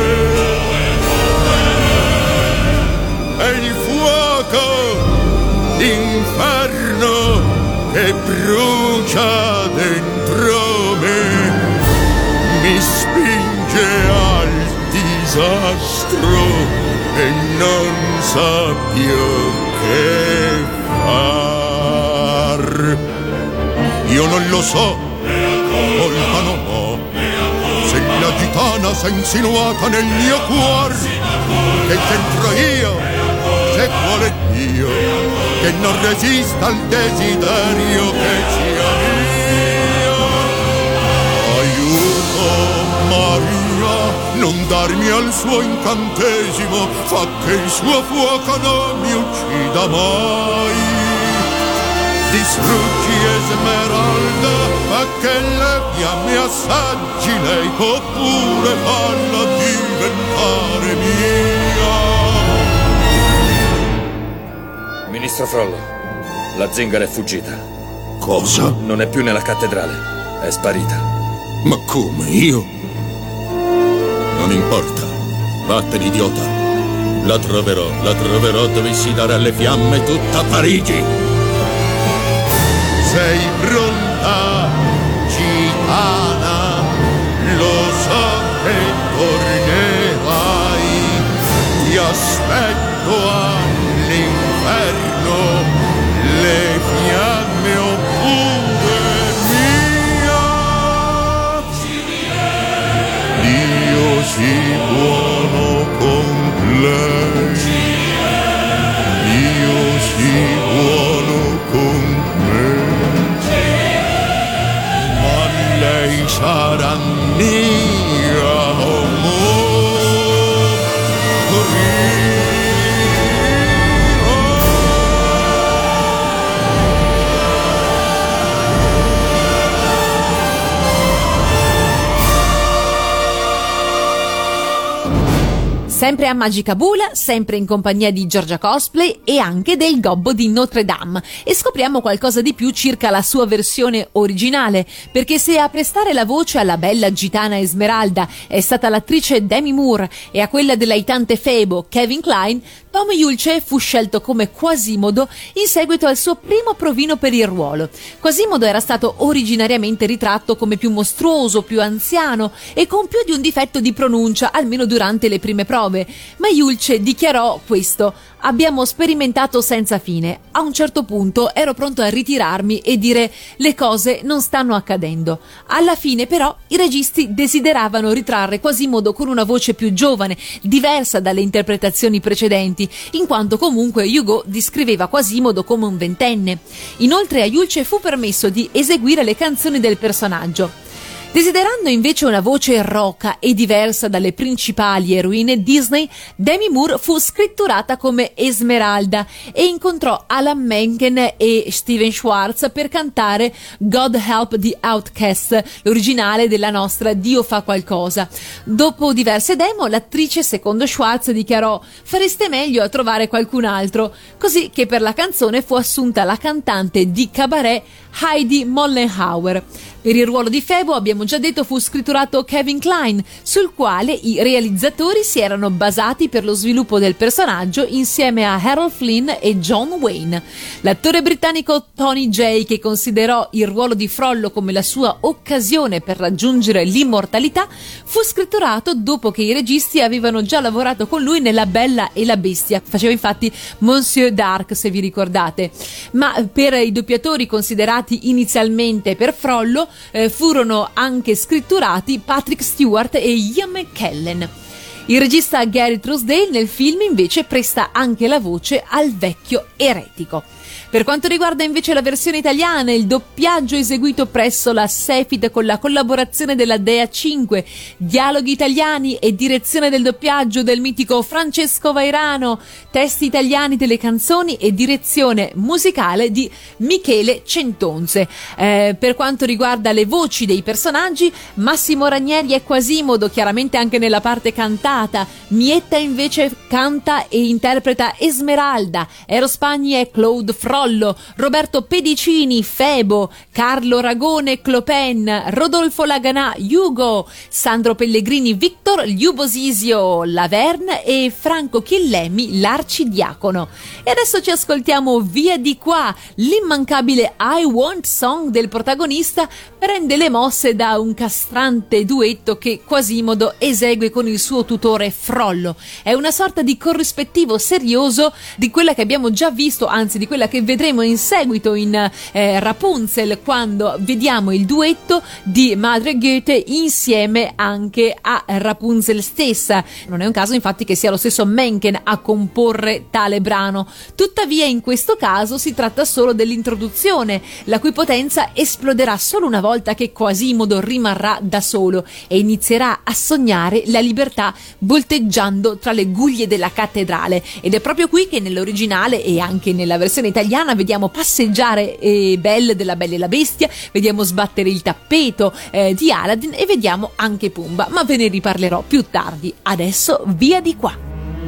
Speaker 6: È il fuoco d'inferno che brucia dentro me, mi spinge al disastro e non sa più che far. Io non lo so, colpa non ho, se la gitana s'è insinuata nel mio cuore, che c'entro io, se vuole Dio, che non resista al desiderio che sia mio. Aiuto, Maria, non darmi al suo incantesimo, fa che il suo fuoco non mi uccida mai. Distruggi Esmeralda, fa che le fiamme assaggi lei, oppure falla diventare mia.
Speaker 12: Ministro Frollo, la zingara è fuggita.
Speaker 5: Cosa?
Speaker 12: Non è più nella cattedrale, è sparita.
Speaker 5: Ma come, io? Non importa, vattene idiota. La troverò, la troverò, dovessi dare alle fiamme tutta Parigi.
Speaker 6: Sei pronta, gitana, lo so che tornerai, ti aspetto all'inferno, le fiamme oppure mia. Dio si buono con lei, Dio si buono con me. Lei sarà mia,
Speaker 2: Sempre a Magicabula, sempre in compagnia di Giorgia Cosplay e anche del Gobbo di Notre Dame, e scopriamo qualcosa di più circa la sua versione originale, perché se a prestare la voce alla bella gitana Esmeralda è stata l'attrice Demi Moore e a quella dell'aitante Febo Kevin Kline, Tom Julce fu scelto come Quasimodo in seguito al suo primo provino per il ruolo. Quasimodo era stato originariamente ritratto come più mostruoso, più anziano e con più di un difetto di pronuncia, almeno durante le prime prove, ma Julce dichiarò questo: abbiamo sperimentato senza fine. A un certo punto ero pronto a ritirarmi e dire le cose non stanno accadendo. Alla fine però i registi desideravano ritrarre Quasimodo con una voce più giovane, diversa dalle interpretazioni precedenti, in quanto comunque Hugo descriveva Quasimodo come un ventenne. Inoltre a Julce fu permesso di eseguire le canzoni del personaggio. Desiderando invece una voce roca e diversa dalle principali eroine Disney, Demi Moore fu scritturata come Esmeralda e incontrò Alan Menken e Steven Schwartz per cantare God Help the Outcasts, l'originale della nostra Dio fa qualcosa. Dopo diverse demo, l'attrice, secondo Schwartz, dichiarò: fareste meglio a trovare qualcun altro, così che per la canzone fu assunta la cantante di cabaret Heidi Mollenhauer. Per il ruolo di Febo, abbiamo già detto, fu scritturato Kevin Kline, sul quale i realizzatori si erano basati per lo sviluppo del personaggio insieme a Harold Flynn e John Wayne. L'attore britannico Tony Jay, che considerò il ruolo di Frollo come la sua occasione per raggiungere l'immortalità, fu scritturato dopo che i registi avevano già lavorato con lui nella Bella e la Bestia. Faceva infatti Monsieur Dark, se vi ricordate. Ma per i doppiatori considerati inizialmente per Frollo, Eh, furono anche scritturati Patrick Stewart e Ian McKellen. Il regista Gary Trousdale nel film invece presta anche la voce al vecchio eretico. Per quanto riguarda invece la versione italiana, il doppiaggio eseguito presso la Sefit con la collaborazione della Dea cinque, dialoghi italiani e direzione del doppiaggio del mitico Francesco Vairano, testi italiani delle canzoni e direzione musicale di Michele Centonze. Eh, per quanto riguarda le voci dei personaggi, Massimo Ranieri è Quasimodo, chiaramente anche nella parte cantata. Mietta invece canta e interpreta Esmeralda. Eros Pagni è Claude Frollo. Roberto Pedicini Febo. Carlo Ragone Clopen. Rodolfo Laganà Hugo. Sandro Pellegrini Victor. Liubo Sisio Laverne e Franco Chillemi l'arcidiacono. E adesso ci ascoltiamo Via di qua. L'immancabile I Want Song del protagonista prende le mosse da un castrante duetto che Quasimodo esegue con il suo tutore Frollo. È una sorta di corrispettivo serioso di quella che abbiamo già visto, anzi di quella che vedremo in seguito in eh, Rapunzel, quando vediamo il duetto di Madre Goethe insieme anche a Rapunzel stessa. Non è un caso infatti che sia lo stesso Mencken a comporre tale brano. Tuttavia in questo caso si tratta solo dell'introduzione, la cui potenza esploderà solo una volta che Quasimodo rimarrà da solo e inizierà a sognare la libertà volteggiando tra le guglie della cattedrale. Ed è proprio qui che nell'originale e anche nella versione italiana vediamo passeggiare eh, Belle della Bella e la Bestia, vediamo sbattere il tappeto eh, di Aladdin e vediamo anche Pumba, ma ve ne riparlerò più tardi. Adesso via di qua.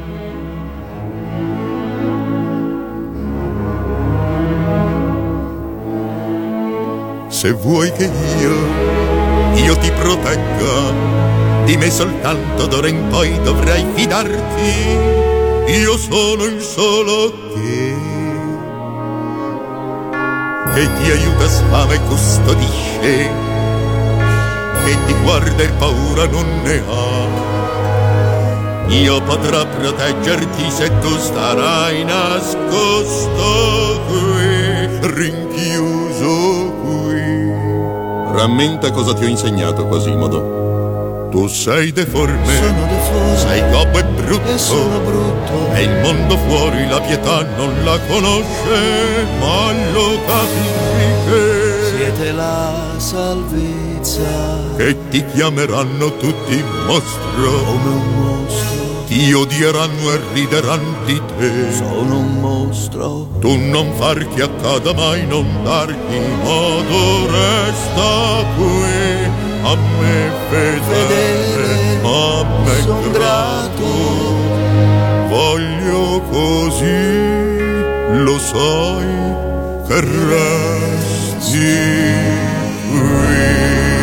Speaker 5: Se vuoi che io, io ti protegga, di me soltanto d'ora in poi dovrai fidarti. Io sono il solo che, che ti aiuta, sfama e custodisce, che ti guarda e paura non ne ha. Io potrò proteggerti se tu starai nascosto qui, rinchiuso qui. Rammenta cosa ti ho insegnato, Quasimodo. Tu sei deforme,
Speaker 11: sono deforme,
Speaker 5: sei gobbo e brutto,
Speaker 11: e sono brutto,
Speaker 5: e il mondo fuori la pietà non la conosce, ma lo capisci che
Speaker 11: siete la salvezza,
Speaker 5: che ti chiameranno tutti mostro,
Speaker 11: come un mostro,
Speaker 5: ti odieranno e rideranno di te.
Speaker 11: Sono un mostro.
Speaker 5: Tu non far che accada mai, non dargli modo, resta qui a me fedele, a me
Speaker 11: son
Speaker 5: grato. Voglio così, lo sai, che resti qui.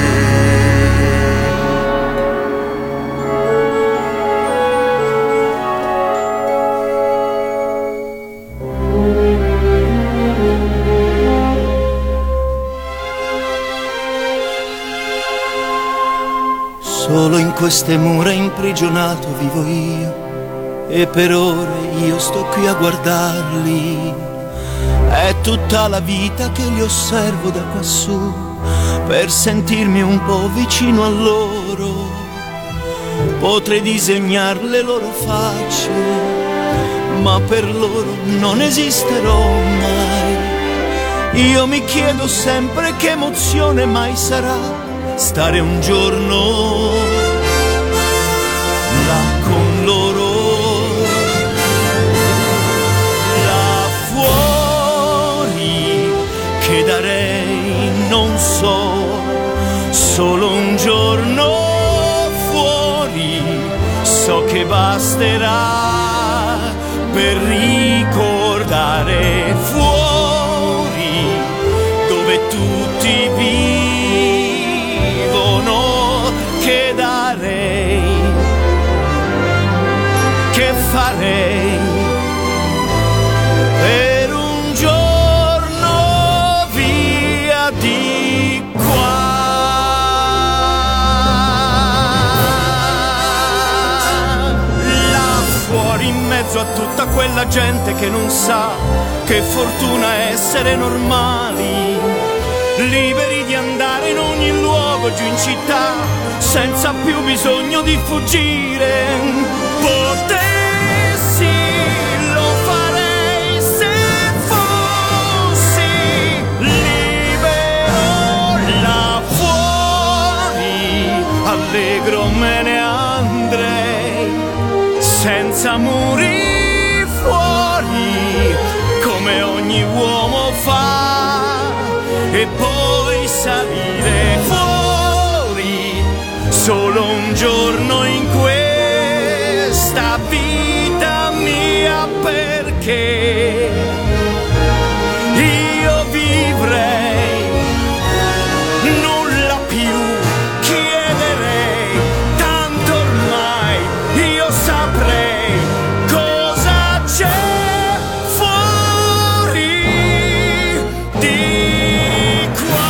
Speaker 11: Solo in queste mura imprigionato vivo io, e per ore io sto qui a guardarli. È tutta la vita che li osservo da quassù, per sentirmi un po' vicino a loro. Potrei disegnare le loro facce, ma per loro non esisterò mai. Io mi chiedo sempre che emozione mai sarà stare un giorno là con loro, là fuori, che darei non so, solo un giorno fuori, so che basterà per ricordare fuori, dove tutti vivono, che darei, che farei per un giorno via di qua. Là fuori in mezzo a tutta quella gente che non sa che fortuna essere normali, liberi di andare in ogni luogo giù in città, senza più bisogno di fuggire. Potessi, lo farei se
Speaker 13: me ne andrei senza muri fuori, come ogni uomo fa, e poi salire fuori solo un giorno in questa vita mia, perché io vivrei, nulla più chiederei, tanto ormai io saprei cosa c'è fuori di qua.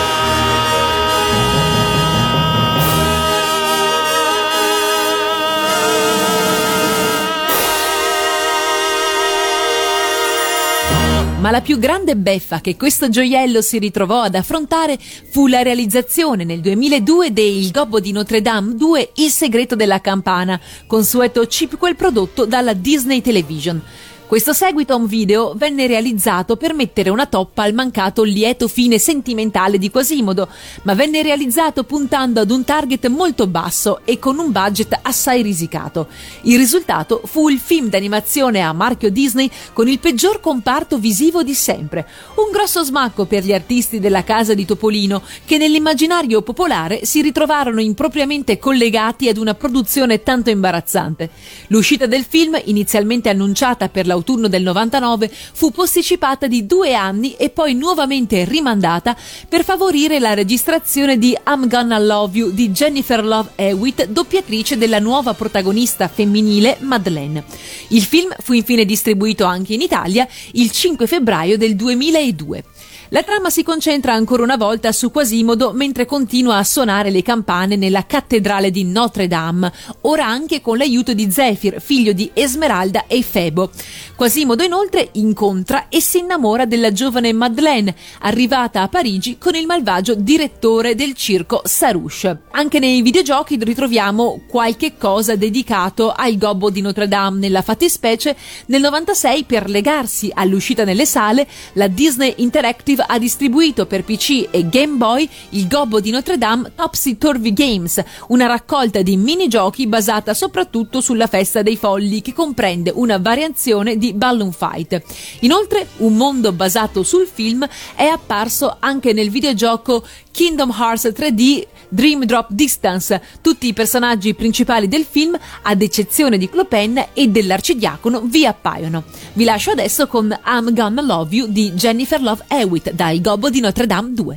Speaker 2: Ma la più grande beffa che questo gioiello si ritrovò ad affrontare fu la realizzazione nel duemiladue de Il Gobbo di Notre Dame due Il segreto della campana, consueto chipquel prodotto dalla Disney Television. Questo seguito a un video venne realizzato per mettere una toppa al mancato lieto fine sentimentale di Quasimodo, ma venne realizzato puntando ad un target molto basso e con un budget assai risicato. Il risultato fu il film d'animazione a marchio Disney con il peggior comparto visivo di sempre, un grosso smacco per gli artisti della casa di Topolino che nell'immaginario popolare si ritrovarono impropriamente collegati ad una produzione tanto imbarazzante. L'uscita del film, inizialmente annunciata per l'autunno del novantanove, fu posticipata di due anni e poi nuovamente rimandata per favorire la registrazione di I'm Gonna Love You di Jennifer Love Hewitt, doppiatrice della nuova protagonista femminile Madeleine. Il film fu infine distribuito anche in Italia il cinque febbraio del duemiladue. La trama si concentra ancora una volta su Quasimodo mentre continua a suonare le campane nella cattedrale di Notre Dame, ora anche con l'aiuto di Zephyr, figlio di Esmeralda e Febo. Quasimodo inoltre incontra e si innamora della giovane Madeleine, arrivata a Parigi con il malvagio direttore del circo Sarouche. Anche nei videogiochi ritroviamo qualche cosa dedicato al Gobbo di Notre Dame. Nella fattispecie, nel novantasei, per legarsi all'uscita nelle sale, la Disney Interactive ha distribuito per P C e Game Boy il Gobbo di Notre Dame Topsy Turvy Games, una raccolta di minigiochi basata soprattutto sulla Festa dei Folli, che comprende una variazione di Balloon Fight. Inoltre, un mondo basato sul film è apparso anche nel videogioco Kingdom Hearts tre D Dream Drop Distance. Tutti i personaggi principali del film, ad eccezione di Clopin e dell'arcidiacono, vi appaiono. Vi lascio adesso con I'm Gonna Love You di Jennifer Love Hewitt da Il Gobbo di Notre Dame due.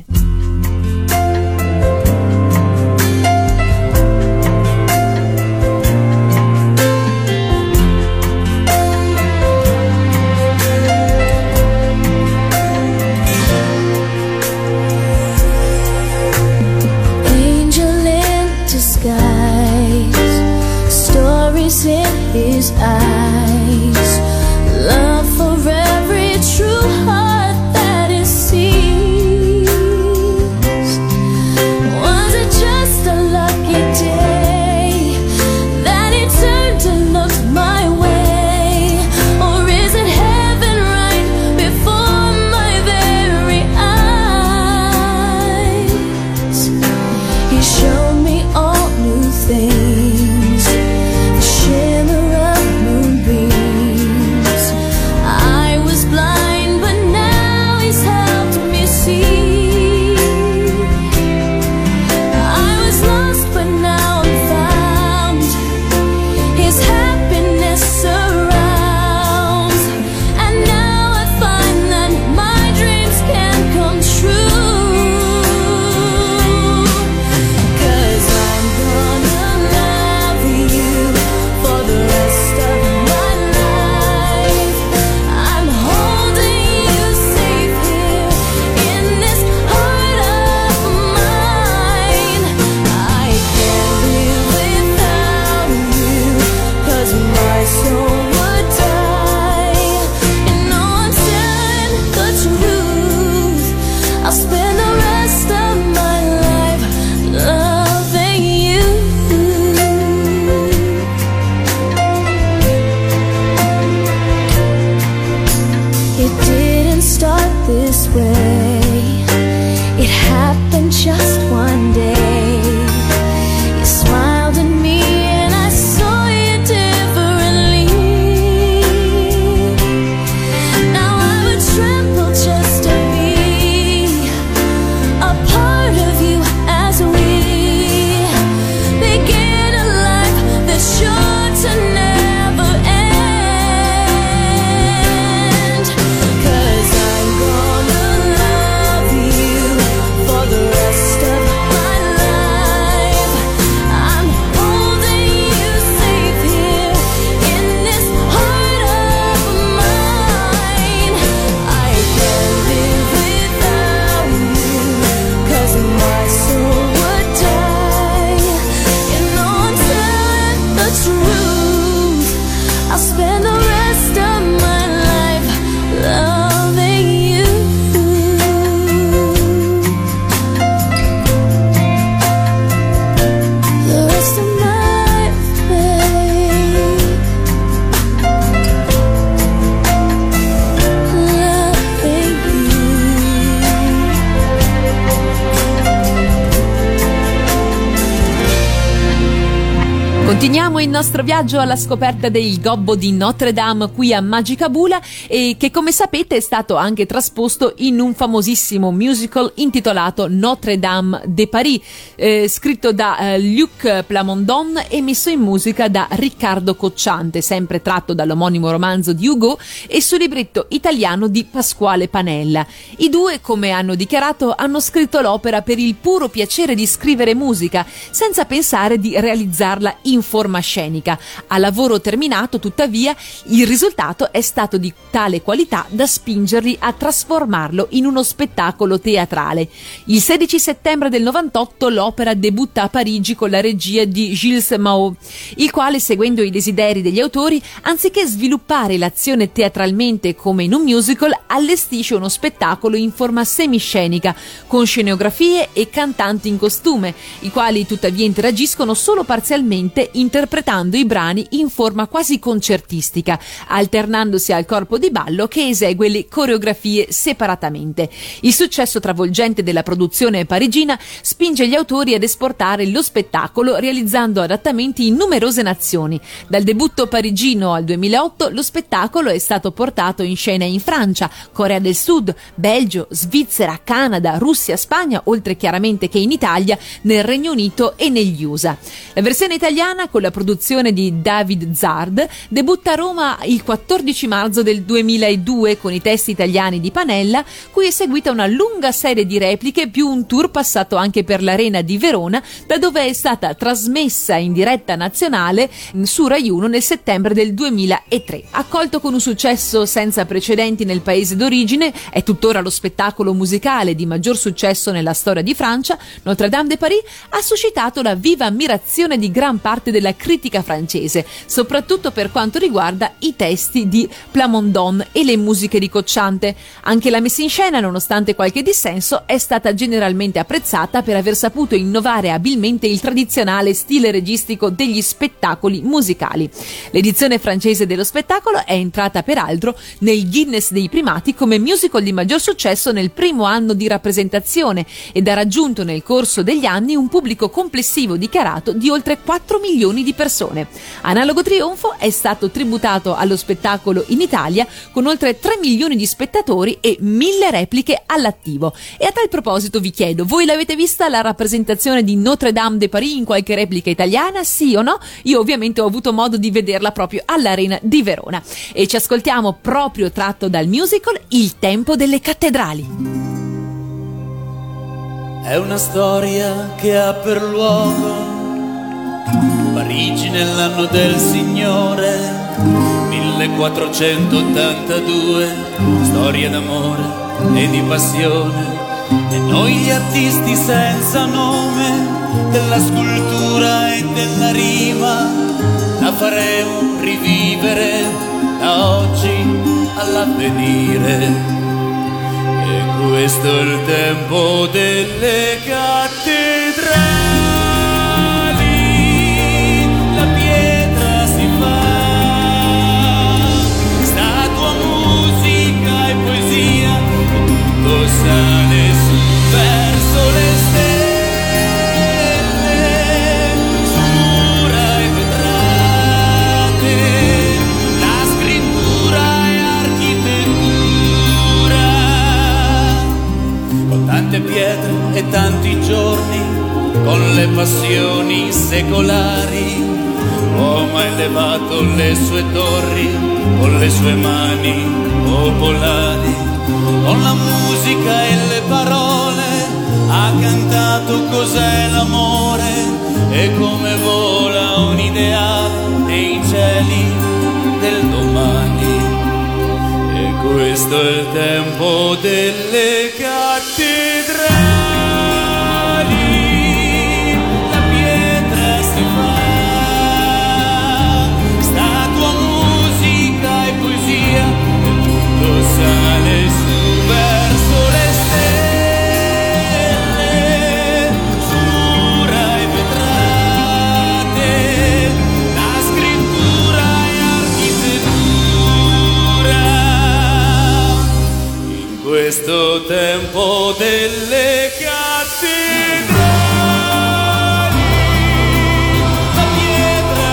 Speaker 14: Stories in his eyes, love for every true heart that is seen.
Speaker 2: Continuiamo il nostro viaggio alla scoperta del Gobbo di Notre Dame qui a Magicabula, e che, come sapete, è stato anche trasposto in un famosissimo musical intitolato Notre Dame de Paris, eh, scritto da eh, Luc Plamondon e messo in musica da Riccardo Cocciante, sempre tratto dall'omonimo romanzo di Hugo e sul libretto italiano di Pasquale Panella. I due, come hanno dichiarato, hanno scritto l'opera per il puro piacere di scrivere musica, senza pensare di realizzarla in forma scenica. A lavoro terminato, tuttavia, il risultato è stato di tale qualità da spingerli a trasformarlo in uno spettacolo teatrale. Il sedici settembre del novantotto l'opera debutta a Parigi con la regia di Gilles Mahot, il quale, seguendo i desideri degli autori, anziché sviluppare l'azione teatralmente come in un musical, allestisce uno spettacolo in forma semiscenica, con scenografie e cantanti in costume, i quali tuttavia interagiscono solo parzialmente, interpretando i brani in forma quasi concertistica, alternandosi al corpo di ballo che esegue le coreografie separatamente. Il successo travolgente della produzione parigina spinge gli autori ad esportare lo spettacolo, realizzando adattamenti in numerose nazioni. Dal debutto parigino al duemilaotto lo spettacolo è stato portato in scena in Francia, Corea del Sud, Belgio, Svizzera, Canada, Russia, Spagna, oltre chiaramente che in Italia, nel Regno Unito e negli U S A. La versione italiana, con la produzione di David Zard, debutta a Roma il quattordici marzo del duemiladue con i testi italiani di Panella, cui è seguita una lunga serie di repliche più un tour passato anche per l'Arena di Verona, da dove è stata trasmessa in diretta nazionale su Rai uno nel settembre del duemilatré. Accolto con un successo senza precedenti nel paese d'origine, è tuttora lo spettacolo musicale di maggior successo nella storia di Francia. Notre Dame de Paris ha suscitato la viva ammirazione di gran parte della critica francese, soprattutto per quanto riguarda i testi di Plamondon e le musiche di Cocciante. Anche la messa in scena, nonostante qualche dissenso, è stata generalmente apprezzata per aver saputo innovare abilmente il tradizionale stile registico degli spettacoli musicali. L'edizione francese dello spettacolo è entrata peraltro nel Guinness dei primati come musical di maggior successo nel primo anno di rappresentazione ed ha raggiunto nel corso degli anni un pubblico complessivo dichiarato di oltre quattro milioni di persone. Analogo trionfo è stato tributato allo spettacolo in Italia, con oltre tre milioni di spettatori e mille repliche all'attivo. E a tal proposito vi chiedo, voi l'avete vista la rappresentazione di Notre Dame de Paris in qualche replica italiana, sì o no? Io ovviamente ho avuto modo di vederla proprio all'Arena di Verona. E ci ascoltiamo, proprio tratto dal musical, Il tempo delle cattedrali.
Speaker 15: È una storia che ha per luogo Parigi nell'anno del Signore millequattrocentottantadue, storia d'amore e di passione, e noi gli artisti senza nome della scultura e della rima la faremo rivivere da oggi all'avvenire. E questo è il tempo delle cattedrali. Sale su verso le stelle, su mura e vetrate, la scrittura e architettura, con tante pietre e tanti giorni, con le passioni secolari, l'uomo ha elevato le sue torri, con le sue mani popolari. Con la musica e le parole ha cantato cos'è l'amore e come vola un ideale nei cieli del domani. E questo è il tempo delle cattedrali. La pietra si fa statua, musica e poesia, e tutto sale su verso le stelle, su mura e vetrate, la scrittura e architettura. In questo tempo delle cattedrali, la pietra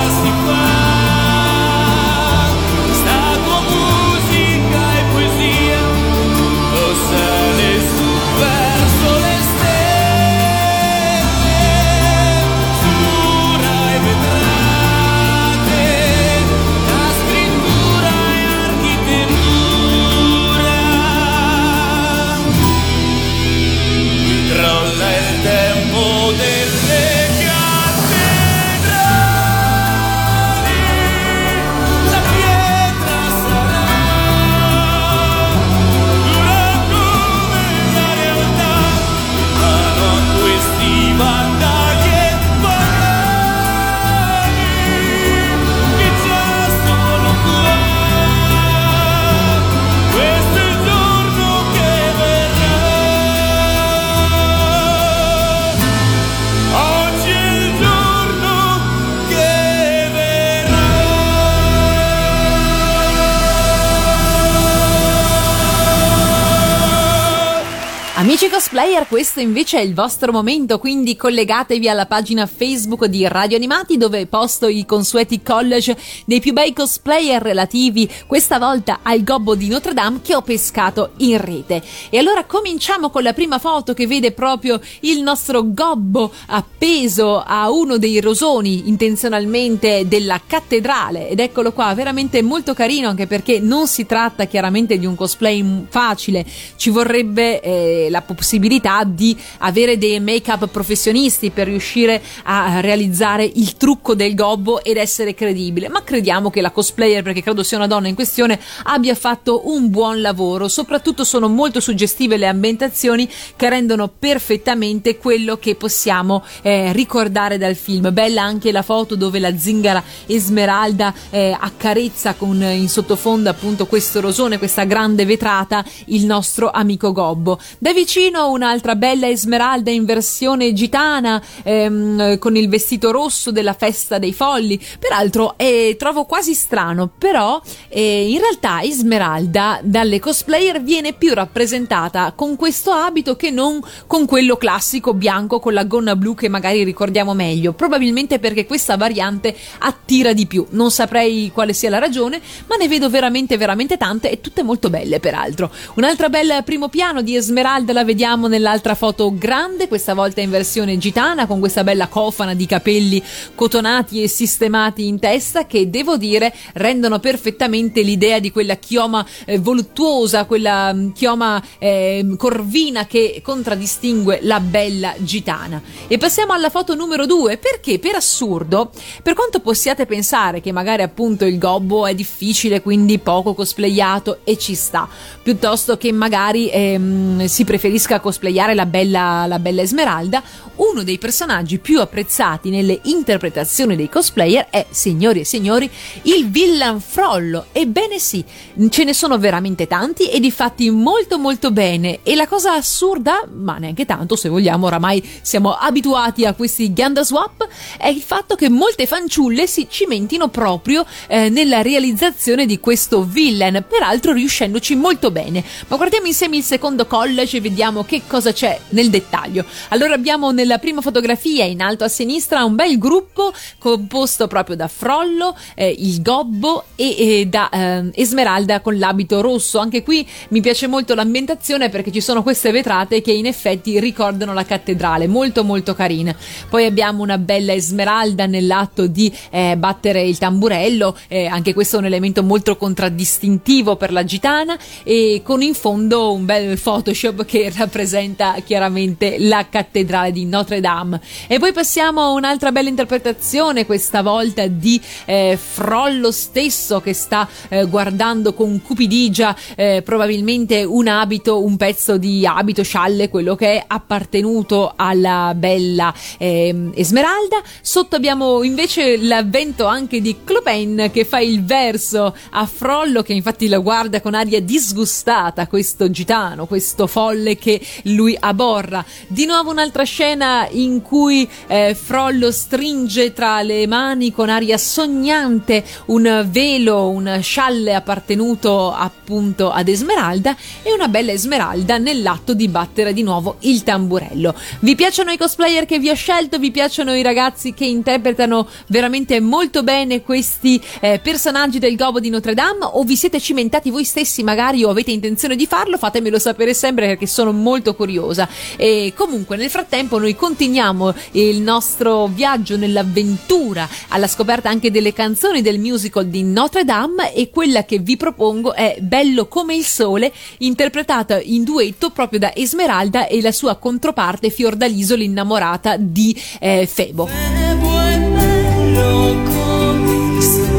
Speaker 2: Amici cosplayer, questo invece è il vostro momento, quindi collegatevi alla pagina Facebook di Radio Animati dove posto i consueti collage dei più bei cosplayer relativi questa volta al Gobbo di Notre Dame che ho pescato in rete. E allora cominciamo con la prima foto che vede proprio il nostro Gobbo appeso a uno dei rosoni intenzionalmente della cattedrale, ed eccolo qua, veramente molto carino, anche perché non si tratta chiaramente di un cosplay facile, ci vorrebbe eh, la possibilità di avere dei make-up professionisti per riuscire a realizzare il trucco del Gobbo ed essere credibile, ma crediamo che la cosplayer, perché credo sia una donna in questione, abbia fatto un buon lavoro. Soprattutto sono molto suggestive le ambientazioni che rendono perfettamente quello che possiamo eh, ricordare dal film. Bella anche la foto dove la zingara Esmeralda eh, accarezza con in sottofondo appunto questo rosone, questa grande vetrata, il nostro amico Gobbo. Da vicino un'altra bella Esmeralda in versione gitana ehm, con il vestito rosso della festa dei folli. Peraltro eh, trovo quasi strano, però eh, in realtà Esmeralda dalle cosplayer viene più rappresentata con questo abito che non con quello classico bianco con la gonna blu che magari ricordiamo meglio, probabilmente perché questa variante attira di più. Non saprei quale sia la ragione, ma ne vedo veramente veramente tante e tutte molto belle. Peraltro un'altra bella primo piano di Esmeralda la vediamo nell'altra foto grande, questa volta in versione gitana, con questa bella cofana di capelli cotonati e sistemati in testa che devo dire rendono perfettamente l'idea di quella chioma eh, voluttuosa, quella mh, chioma eh, corvina che contraddistingue la bella gitana. E passiamo alla foto numero due, perché per assurdo, per quanto possiate pensare che magari appunto il Gobbo è difficile, quindi poco cosplayato e ci sta, piuttosto che magari ehm, si preferisca cosplayare la bella, la bella Esmeralda, uno dei personaggi più apprezzati nelle interpretazioni dei cosplayer è, signori e signori, il villain Frollo. Ebbene sì, ce ne sono veramente tanti e difatti molto molto bene, e la cosa assurda, ma neanche tanto se vogliamo, oramai siamo abituati a questi ganda swap, è il fatto che molte fanciulle si cimentino proprio eh, nella realizzazione di questo villain, peraltro riuscendoci molto bene. Ma guardiamo insieme il secondo collage e vediamo che cosa c'è nel dettaglio. Allora abbiamo nella prima fotografia in alto a sinistra un bel gruppo composto proprio da Frollo, eh, il Gobbo e, e da eh, Esmeralda con l'abito rosso. Anche qui mi piace molto l'ambientazione perché ci sono queste vetrate che in effetti ricordano la cattedrale, molto molto carine. Poi abbiamo una bella Esmeralda nell'atto di eh, battere il tamburello, eh, anche questo è un elemento molto contraddistintivo per la gitana, e con in fondo un bel Photoshop che rappresenta chiaramente la cattedrale di Notre Dame. E poi passiamo a un'altra bella interpretazione, questa volta di eh, Frollo stesso che sta eh, guardando con cupidigia eh, probabilmente un abito, un pezzo di abito, scialle, quello che è appartenuto alla bella eh, Esmeralda. Sotto abbiamo invece l'avvento anche di Clopin che fa il verso a Frollo, che infatti lo guarda con aria disgustata, questo gitano, questo folle che lui aborra. Di nuovo un'altra scena in cui eh, Frollo stringe tra le mani con aria sognante un velo, un scialle appartenuto appunto ad Esmeralda, e una bella Esmeralda nell'atto di battere di nuovo il tamburello. Vi piacciono i cosplayer che vi ho scelto? Vi piacciono i ragazzi che interpretano veramente molto bene questi eh, personaggi del Gobbo di Notre Dame, o vi siete cimentati voi stessi magari o avete intenzione di farlo? Fatemelo sapere sempre perché sono molto curiosa. E comunque nel frattempo noi continuiamo il nostro viaggio nell'avventura alla scoperta anche delle canzoni del musical di Notre Dame, e quella che vi propongo è Bello come il sole, interpretata in duetto proprio da Esmeralda e la sua controparte Fiordaliso, l'innamorata di eh, Febo.
Speaker 13: Febo è bello come il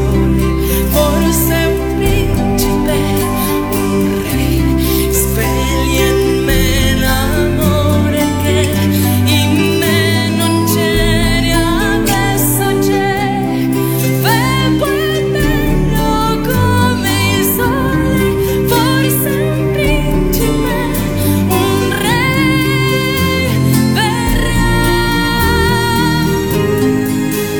Speaker 13: sole, forse un principe, un re, sveglia in me l'amore che in me non c'era, adesso c'è. Febo è bello come il sole, forse un principe, un re, verrà.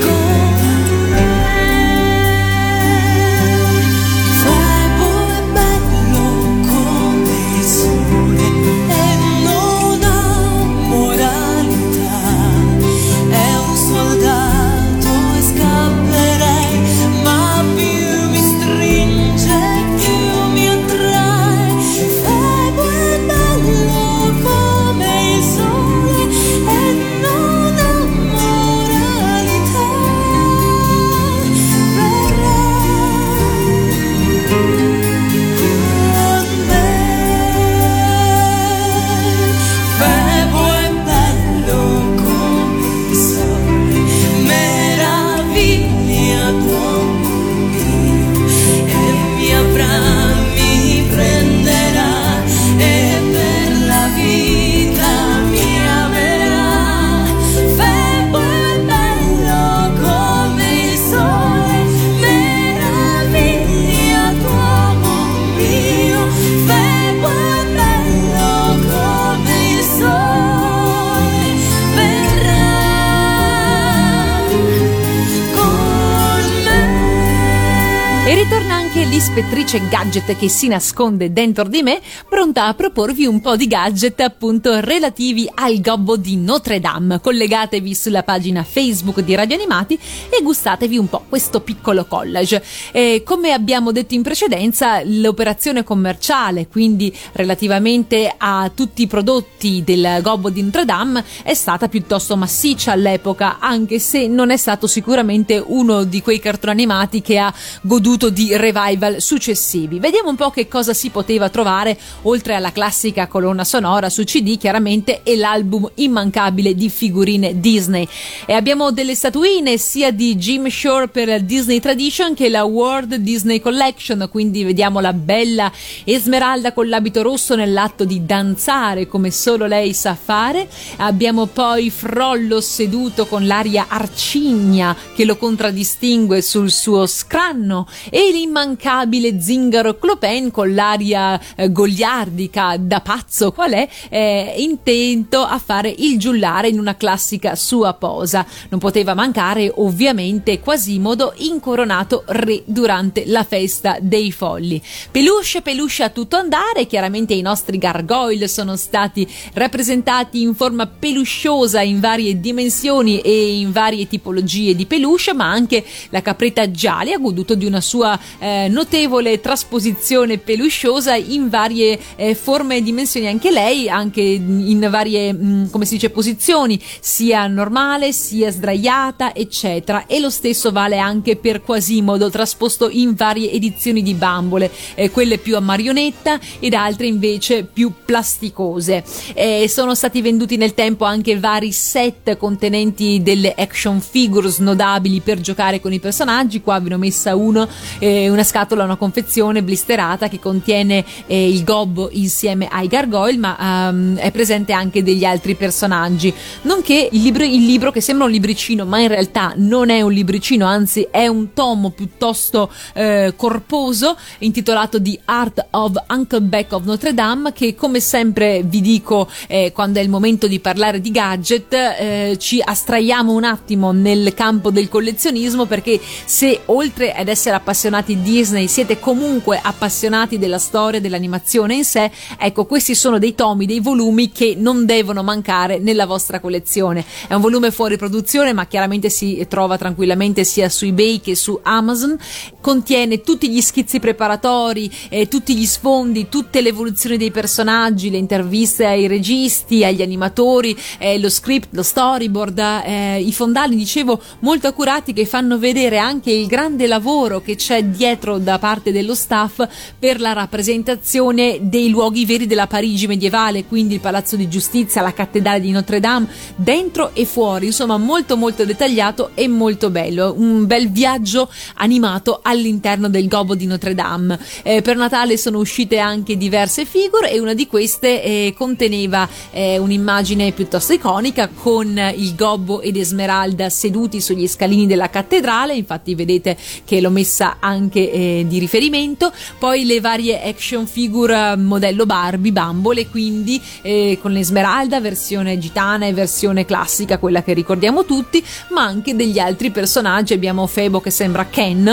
Speaker 2: E ritorna anche l'ispettrice gadget che si nasconde dentro di me, pronta a proporvi un po' di gadget appunto relativi al gobbo di Notre Dame. Collegatevi sulla pagina Facebook di Radio Animati e gustatevi un po' questo piccolo collage. E come abbiamo detto in precedenza, l'operazione commerciale, quindi relativamente a tutti i prodotti del gobbo di Notre Dame, è stata piuttosto massiccia all'epoca, anche se non è stato sicuramente uno di quei cartoni animati che ha goduto di revival successivi. Vediamo un po' che cosa si poteva trovare oltre alla classica colonna sonora su C D, chiaramente, e l'album immancabile di figurine Disney. E abbiamo delle statuine sia di Jim Shore per Disney Tradition che la World Disney Collection, quindi vediamo la bella Esmeralda con l'abito rosso nell'atto di danzare come solo lei sa fare. Abbiamo poi Frollo seduto con l'aria arcigna che lo contraddistingue sul suo scranno, e l'immancabile Zingaro Clopin con l'aria eh, goliardica da pazzo qual è, eh, intento a fare il giullare in una classica sua posa. Non poteva mancare ovviamente Quasimodo incoronato re durante la festa dei folli. Peluche, peluche a tutto andare, chiaramente i nostri gargoyle sono stati rappresentati in forma pelusciosa in varie dimensioni e in varie tipologie di peluche, ma anche la capretta Giali ha goduto di una sua eh, notevole trasposizione pelusciosa in varie eh, forme e dimensioni, anche lei, anche in varie mh, come si dice posizioni, sia normale sia sdraiata eccetera, e lo stesso vale anche per Quasimodo, trasposto in varie edizioni di bambole, eh, quelle più a marionetta ed altre invece più plasticose. Eh, sono stati venduti nel tempo anche vari set contenenti delle action figure snodabili per giocare con i personaggi. Qua ve ne ho messa uno, eh, una scatola, una confezione blisterata che contiene eh, il gobbo insieme ai gargoyle, ma um, è presente anche degli altri personaggi, nonché il libro, il libro che sembra un libricino ma in realtà non è un libricino, anzi è un tomo piuttosto eh, corposo intitolato The Art of Uncle Beck of Notre Dame, che come sempre vi dico eh, quando è il momento di parlare di gadget eh, ci astraiamo un attimo nel campo del collezionismo, perché se oltre ad essere appassionati di Disney siete comunque appassionati della storia, dell'animazione in sé, ecco, questi sono dei tomi, dei volumi che non devono mancare nella vostra collezione. È un volume fuori produzione ma chiaramente si trova tranquillamente sia su eBay che su Amazon. Contiene tutti gli schizzi preparatori, eh, tutti gli sfondi, tutte le evoluzioni dei personaggi, le interviste ai registi, agli animatori, eh, lo script, lo storyboard, eh, i fondali, dicevo, molto accurati, che fanno vedere anche il grande lavoro che c'è dietro da parte dello staff per la rappresentazione dei luoghi veri della Parigi medievale, quindi il Palazzo di Giustizia, la cattedrale di Notre Dame, dentro e fuori, insomma molto molto dettagliato e molto bello, un bel viaggio animato all'interno del gobbo di Notre Dame. Eh, per Natale sono uscite anche diverse figure e una di queste eh, conteneva eh, un'immagine piuttosto iconica con il gobbo ed Esmeralda seduti sugli scalini della cattedrale, infatti vedete che l'ho messa anche eh, di riferimento. Poi le varie action figure modello Barbie, bambole, quindi eh, con l'Esmeralda versione gitana e versione classica, quella che ricordiamo tutti, ma anche degli altri personaggi. Abbiamo Febo che sembra Ken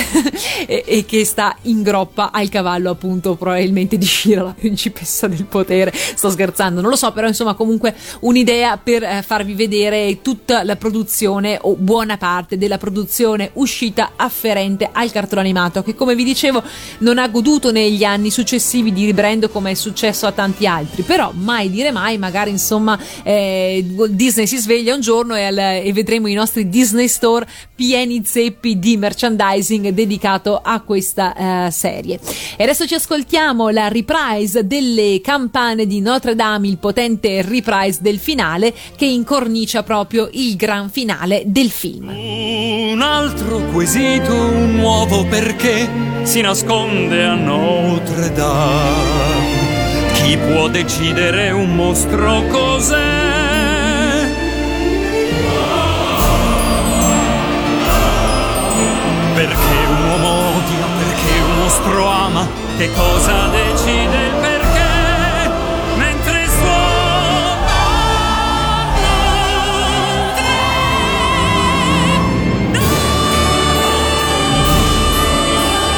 Speaker 2: eh, e, e che sta in groppa al cavallo appunto probabilmente di Shira, la principessa del potere. Sto scherzando, non lo so, però insomma comunque un'idea per eh, farvi vedere tutta la produzione o buona parte della produzione uscita afferente al cartone animato, che come vi dicevo non ha goduto negli anni successivi di ribrand come è successo a tanti altri, però mai dire mai, magari insomma eh, Disney si sveglia un giorno e, al, e vedremo i nostri Disney Store pieni zeppi di merchandising dedicato a questa eh, serie. E adesso ci ascoltiamo la reprise delle campane di Notre Dame, il potente reprise del finale che incornicia proprio il gran finale del film.
Speaker 3: Un altro quesito, un nuovo perché si nasconde a Notre Dame. Chi può decidere un mostro cos'è? Perché un uomo odia, perché un mostro ama, che cosa decide il perché? Mentre suona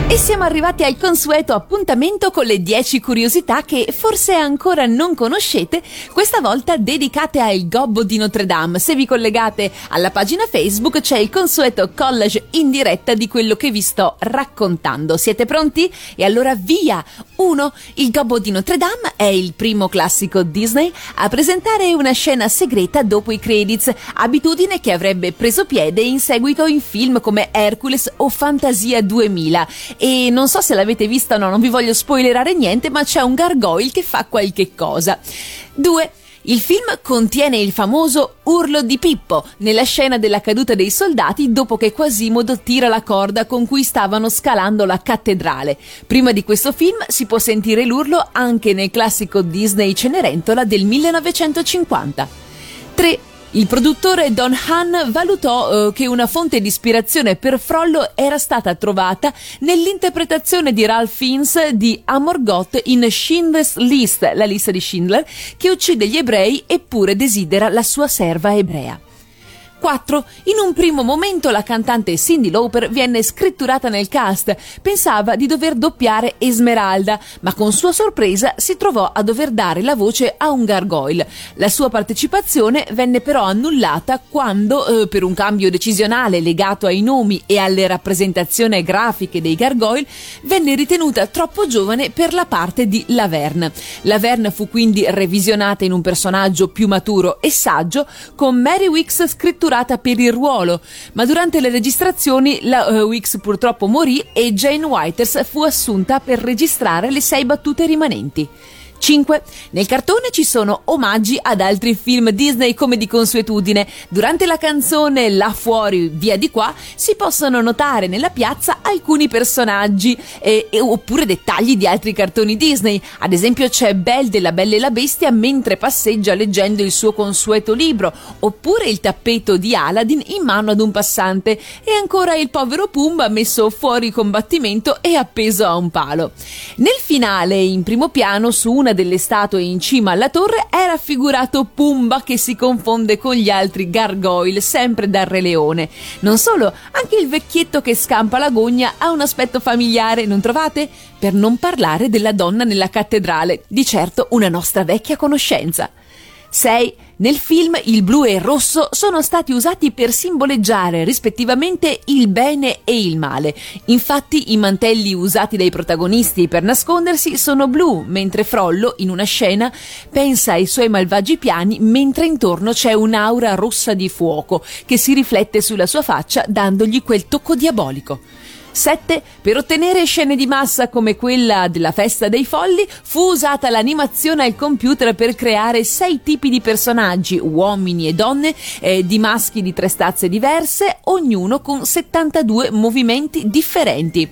Speaker 2: E siamo arrivati al consueto appuntamento con le dieci curiosità che forse ancora non conoscete, questa volta dedicate al Gobbo di Notre Dame. Se vi collegate alla pagina Facebook c'è il consueto collage in diretta di quello che vi sto raccontando. Siete pronti? E allora via! uno. Il Gobbo di Notre Dame è il primo classico Disney a presentare una scena segreta dopo i credits, abitudine che avrebbe preso piede in seguito in film come Hercules o Fantasia duemila. E non so se l'avete vista o no, non vi voglio spoilerare niente, ma c'è un gargoyle che fa qualche cosa. due. Il film contiene il famoso urlo di Pippo nella scena della caduta dei soldati dopo che Quasimodo tira la corda con cui stavano scalando la cattedrale. Prima di questo film si può sentire l'urlo anche nel classico Disney Cenerentola del millenovecentocinquanta. tre. Il produttore Don Hahn valutò eh, che una fonte di ispirazione per Frollo era stata trovata nell'interpretazione di Ralph Fiennes di Amorgoth in Schindler's List, la lista di Schindler, che uccide gli ebrei eppure desidera la sua serva ebrea. quattro. In un primo momento la cantante Cyndi Lauper viene scritturata nel cast, pensava di dover doppiare Esmeralda, ma con sua sorpresa si trovò a dover dare la voce a un gargoyle. La sua partecipazione venne però annullata quando, eh, per un cambio decisionale legato ai nomi e alle rappresentazioni grafiche dei gargoyle, venne ritenuta troppo giovane per la parte di Laverne. Laverne fu quindi revisionata in un personaggio più maturo e saggio, con Mary Wicks scritturata per il ruolo, ma durante le registrazioni la uh, Wicks purtroppo morì e Jane Whiters fu assunta per registrare le sei battute rimanenti. cinque. Nel cartone ci sono omaggi ad altri film Disney come di consuetudine. Durante la canzone Là fuori, via di qua, si possono notare nella piazza alcuni personaggi eh, eh, oppure dettagli di altri cartoni Disney. Ad esempio c'è Belle della Bella e la Bestia mentre passeggia leggendo il suo consueto libro, oppure il tappeto di Aladdin in mano ad un passante, e ancora il povero Pumba messo fuori combattimento e appeso a un palo. Nel finale, in primo piano, su una delle statue in cima alla torre è raffigurato Pumba che si confonde con gli altri gargoyle, sempre dal Re Leone. Non solo, anche il vecchietto che scampa la gogna ha un aspetto familiare, non trovate? Per non parlare della donna nella cattedrale, di certo una nostra vecchia conoscenza. sei. Nel film il blu e il rosso sono stati usati per simboleggiare rispettivamente il bene e il male. Infatti i mantelli usati dai protagonisti per nascondersi sono blu, mentre Frollo in una scena pensa ai suoi malvagi piani mentre intorno c'è un'aura rossa di fuoco che si riflette sulla sua faccia dandogli quel tocco diabolico. sette. Per ottenere scene di massa come quella della festa dei folli fu usata l'animazione al computer per creare sei tipi di personaggi, uomini e donne, eh, di maschi di tre stazze diverse, ognuno con settantadue movimenti differenti.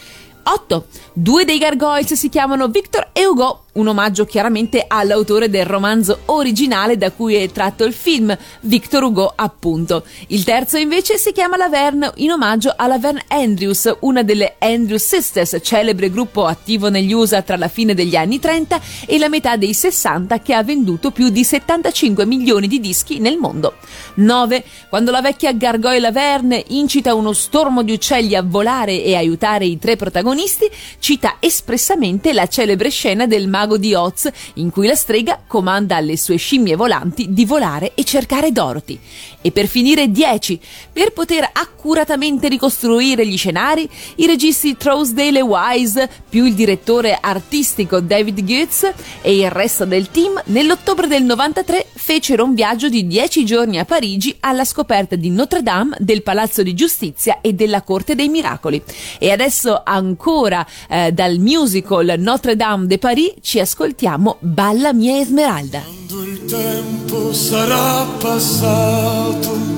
Speaker 2: otto. Due dei gargoyles si chiamano Victor e Hugo, un omaggio chiaramente all'autore del romanzo originale da cui è tratto il film, Victor Hugo appunto. Il terzo invece si chiama Laverne, in omaggio a Laverne Andrews, una delle Andrews Sisters, celebre gruppo attivo negli U S A tra la fine degli anni trenta e la metà dei sessanta, che ha venduto più di settantacinque milioni di dischi nel mondo. nove. Quando la vecchia gargoyle Laverne incita uno stormo di uccelli a volare e aiutare i tre protagonisti, cita espressamente la celebre scena del Mago di Oz in cui la strega comanda alle sue scimmie volanti di volare e cercare Dorothy. E per finire dieci. Per poter accuratamente ricostruire gli scenari, i registi Trousdale e Wise, più il direttore artistico David Goetz e il resto del team, nell'ottobre del novantatré fecero un viaggio di dieci giorni a Parigi alla scoperta di Notre Dame, del Palazzo di Giustizia e della Corte dei Miracoli. E adesso ancora eh, dal musical Notre Dame de Paris ci ascoltiamo Balla mia Esmeralda.
Speaker 16: Quando il tempo sarà passato,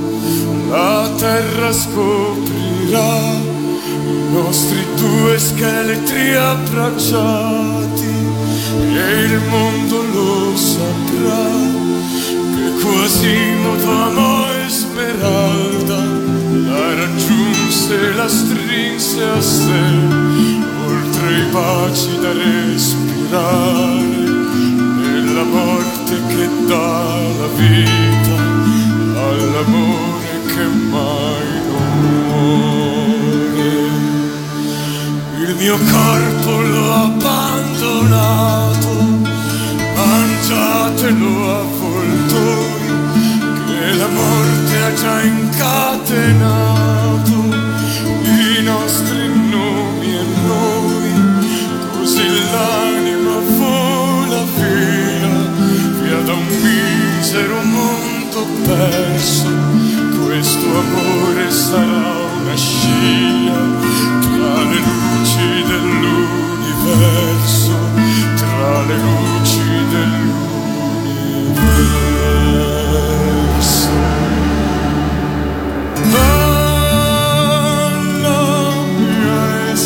Speaker 16: la terra scoprirà i nostri due scheletri abbracciati e il mondo lo saprà che Quasimodo amò Esmeralda, la raggiunse, la strinse a sé, oltre i baci da respirare, nella morte che dà la vita all'amore che mai non muore. Il mio corpo l'ho abbandonato, mangiatelo avvoltoi, che la morte ha già incatenato i nostri nomi e noi, così l'anima vola via, via da un misero mondo perso. Questo amore sarà una scia tra le luci dell'universo, tra le luci dell'universo. Alla mia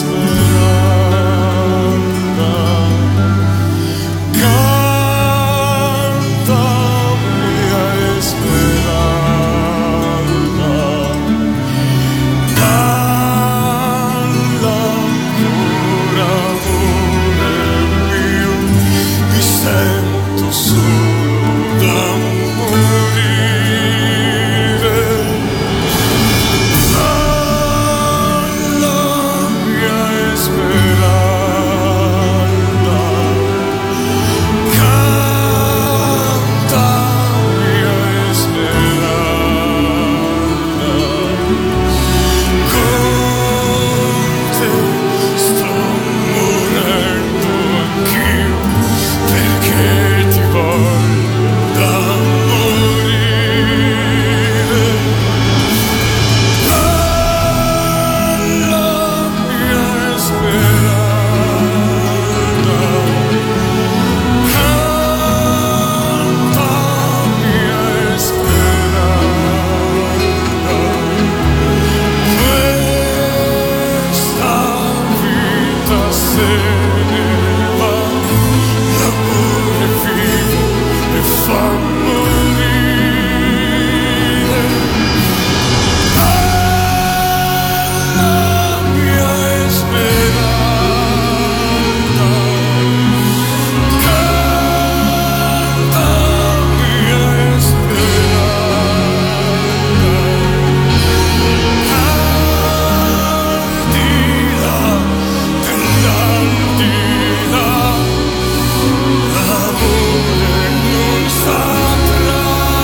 Speaker 16: Esmeralda, canta mia Esmeralda, dalla ancora amore mio, mi sento solo da morire. Alla mia Esmeralda, canta mia Esmeralda, con te sto morendo anch'io, perché ti voglio da morire. Alla mia Esmeralda, canta mia Esmeralda, questa vita se ne va, l'amore vivo e fa morire. Alla mia Esmeralda, canta mia Esmeralda, aldilà dell'aldilà, l'amore non saprà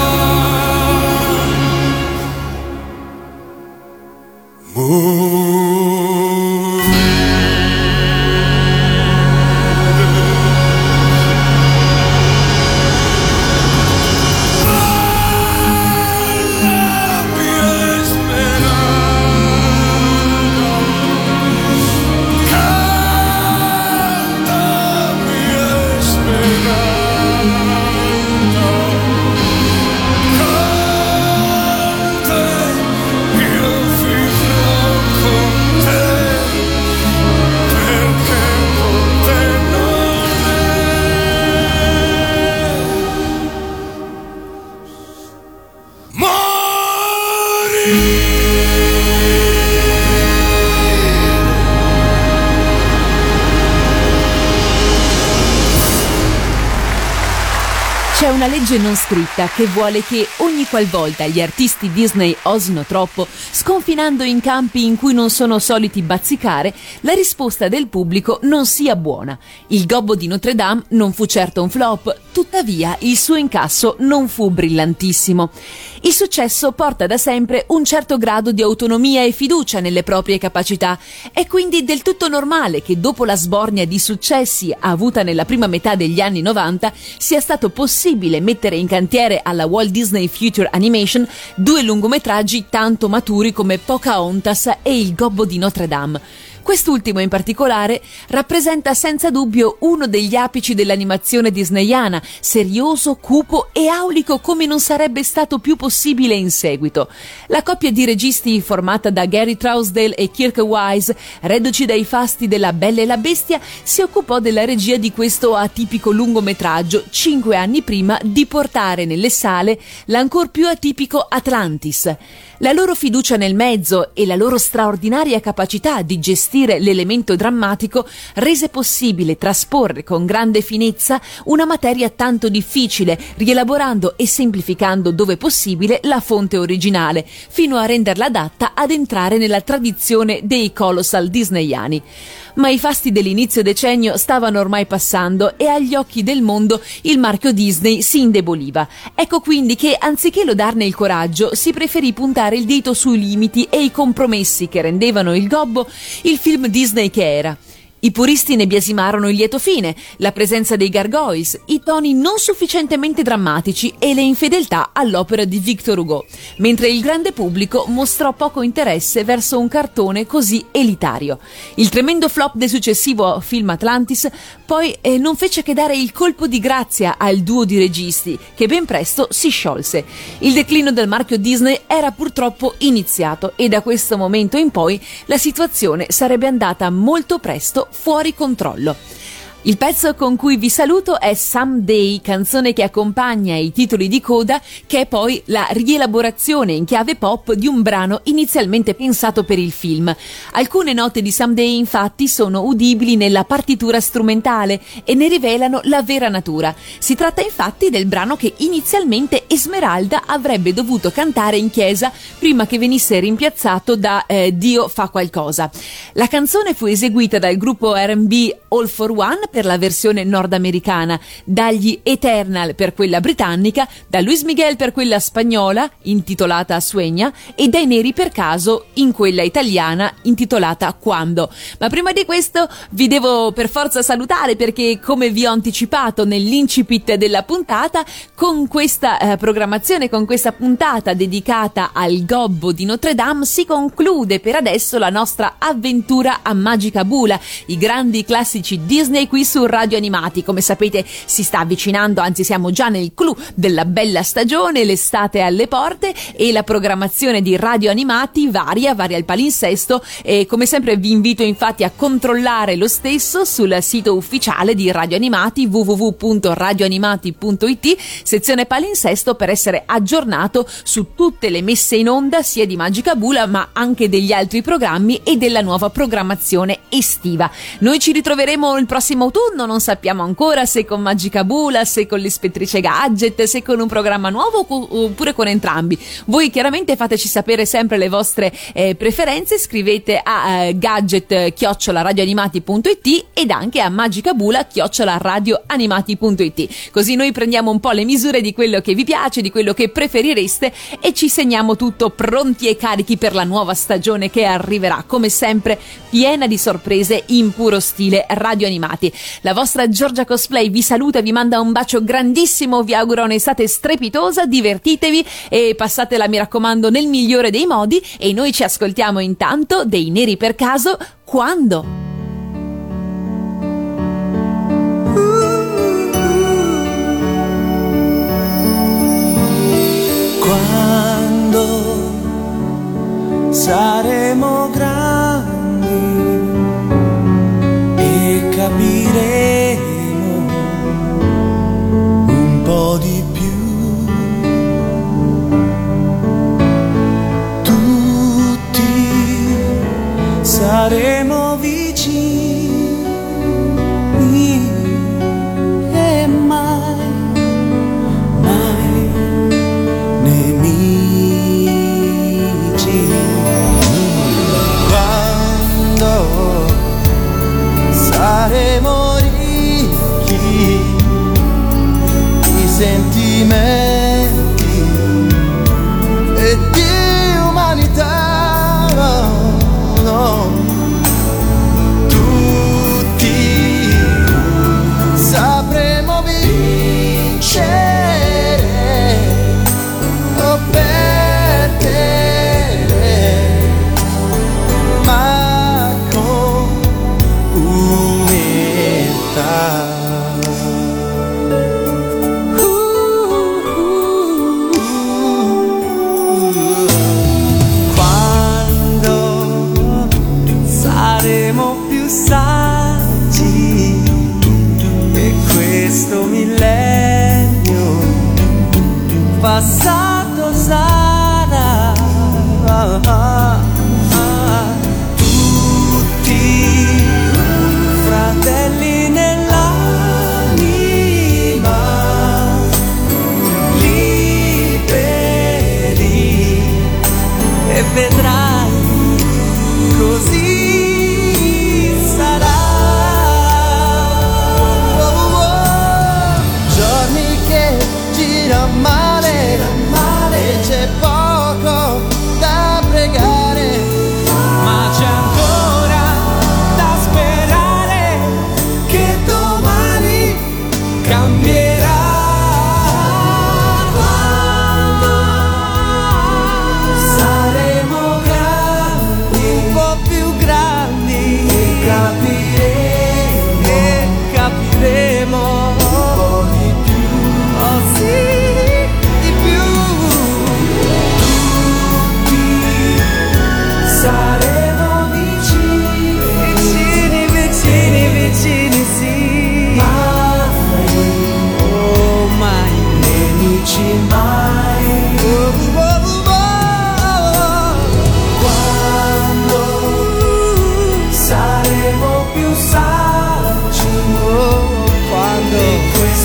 Speaker 2: C'è una legge non scritta che vuole che ogni qualvolta gli artisti Disney osino troppo, sconfinando in campi in cui non sono soliti bazzicare, la risposta del pubblico non sia buona. Il Gobbo di Notre Dame non fu certo un flop, tuttavia il suo incasso non fu brillantissimo. Il successo porta da sempre un certo grado di autonomia e fiducia nelle proprie capacità. È quindi del tutto normale che dopo la sbornia di successi avuta nella prima metà degli anni novanta sia stato possibile mettere in cantiere alla Walt Disney Future Animation due lungometraggi tanto maturi come Pocahontas e Il Gobbo di Notre Dame. Quest'ultimo in particolare rappresenta senza dubbio uno degli apici dell'animazione disneyana, serioso, cupo e aulico come non sarebbe stato più possibile in seguito. La coppia di registi formata da Gary Trousdale e Kirk Wise, reduci dai fasti della Bella e la Bestia, si occupò della regia di questo atipico lungometraggio cinque anni prima di portare nelle sale l'ancor più atipico Atlantis. La loro fiducia nel mezzo e la loro straordinaria capacità di gestire l'elemento drammatico rese possibile trasporre con grande finezza una materia tanto difficile, rielaborando e semplificando dove possibile la fonte originale, fino a renderla adatta ad entrare nella tradizione dei colossal disneyani. Ma i fasti dell'inizio decennio stavano ormai passando e agli occhi del mondo il marchio Disney si indeboliva. Ecco quindi che, anziché lodarne il coraggio, si preferì puntare il dito sui limiti e i compromessi che rendevano il gobbo il film Disney che era. I puristi ne biasimarono il lieto fine, la presenza dei gargoyles, i toni non sufficientemente drammatici e le infedeltà all'opera di Victor Hugo, mentre il grande pubblico mostrò poco interesse verso un cartone così elitario. Il tremendo flop del successivo film Atlantis poi eh, non fece che dare il colpo di grazia al duo di registi, che ben presto si sciolse. Il declino del marchio Disney era purtroppo iniziato e da questo momento in poi la situazione sarebbe andata molto presto fuori controllo. Il pezzo con cui vi saluto è Someday, canzone che accompagna i titoli di coda, che è poi la rielaborazione in chiave pop di un brano inizialmente pensato per il film. Alcune note di Someday infatti sono udibili nella partitura strumentale e ne rivelano la vera natura. Si tratta infatti del brano che inizialmente Esmeralda avrebbe dovuto cantare in chiesa prima che venisse rimpiazzato da eh, Dio fa qualcosa. La canzone fu eseguita dal gruppo erre and bi All for One per la versione nordamericana, dagli Eternal per quella britannica, da Luis Miguel per quella spagnola intitolata Sueña e dai Neri per caso in quella italiana intitolata Quando. Ma prima di questo vi devo per forza salutare, perché come vi ho anticipato nell'incipit della puntata, con questa eh, programmazione, con questa puntata dedicata al gobbo di Notre Dame si conclude per adesso la nostra avventura a Magica Bula, i grandi classici Disney qui su Radio Animati. Come sapete si sta avvicinando, anzi siamo già nel clou della bella stagione, l'estate è alle porte e la programmazione di Radio Animati varia, varia il palinsesto, e come sempre vi invito infatti a controllare lo stesso sul sito ufficiale di Radio Animati w w w punto radio animati punto i t, sezione palinsesto, per essere aggiornato su tutte le messe in onda sia di Magica Bula ma anche degli altri programmi e della nuova programmazione estiva. Noi ci ritroveremo il prossimo autunno, non sappiamo ancora se con Magica Bula, se con l'Ispettrice Gadget, se con un programma nuovo oppure con entrambi. Voi chiaramente fateci sapere sempre le vostre eh, preferenze, scrivete a eh, gadget chiocciola radioanimati punto i t ed anche a magicabula chiocciola radioanimati punto i t, così noi prendiamo un po' le misure di quello che vi piace, di quello che preferireste e ci segniamo tutto pronti e carichi per la nuova stagione che arriverà, come sempre piena di sorprese in puro stile Radio Animati. La vostra Giorgia Cosplay vi saluta, vi manda un bacio grandissimo, vi auguro un'estate strepitosa, divertitevi e passatela, mi raccomando, nel migliore dei modi, e noi ci ascoltiamo intanto dei Neri per caso, Quando.
Speaker 11: Quando saremo grandi e capiremo un po' di più, tutti saremo vicini e mai, mai nemici. Quando saremo ricchi di sentimenti e di umanità, no, tutti sapremo vincere o perdere, ma con umiltà. Quando saremo più saggi e questo millennio passato sarà,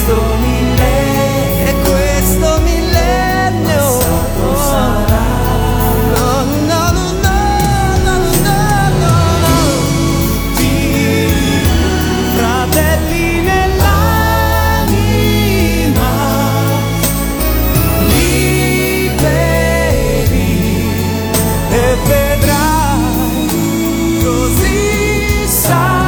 Speaker 11: questo millennio, e questo millennio passato sarà. No, no, no, no, no, no, no, no. Tutti fratelli nell'anima, liberi, e vedrai così sarà.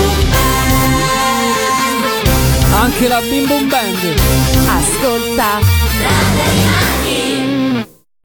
Speaker 17: Anche la Bim Bum Band.
Speaker 2: Ascolta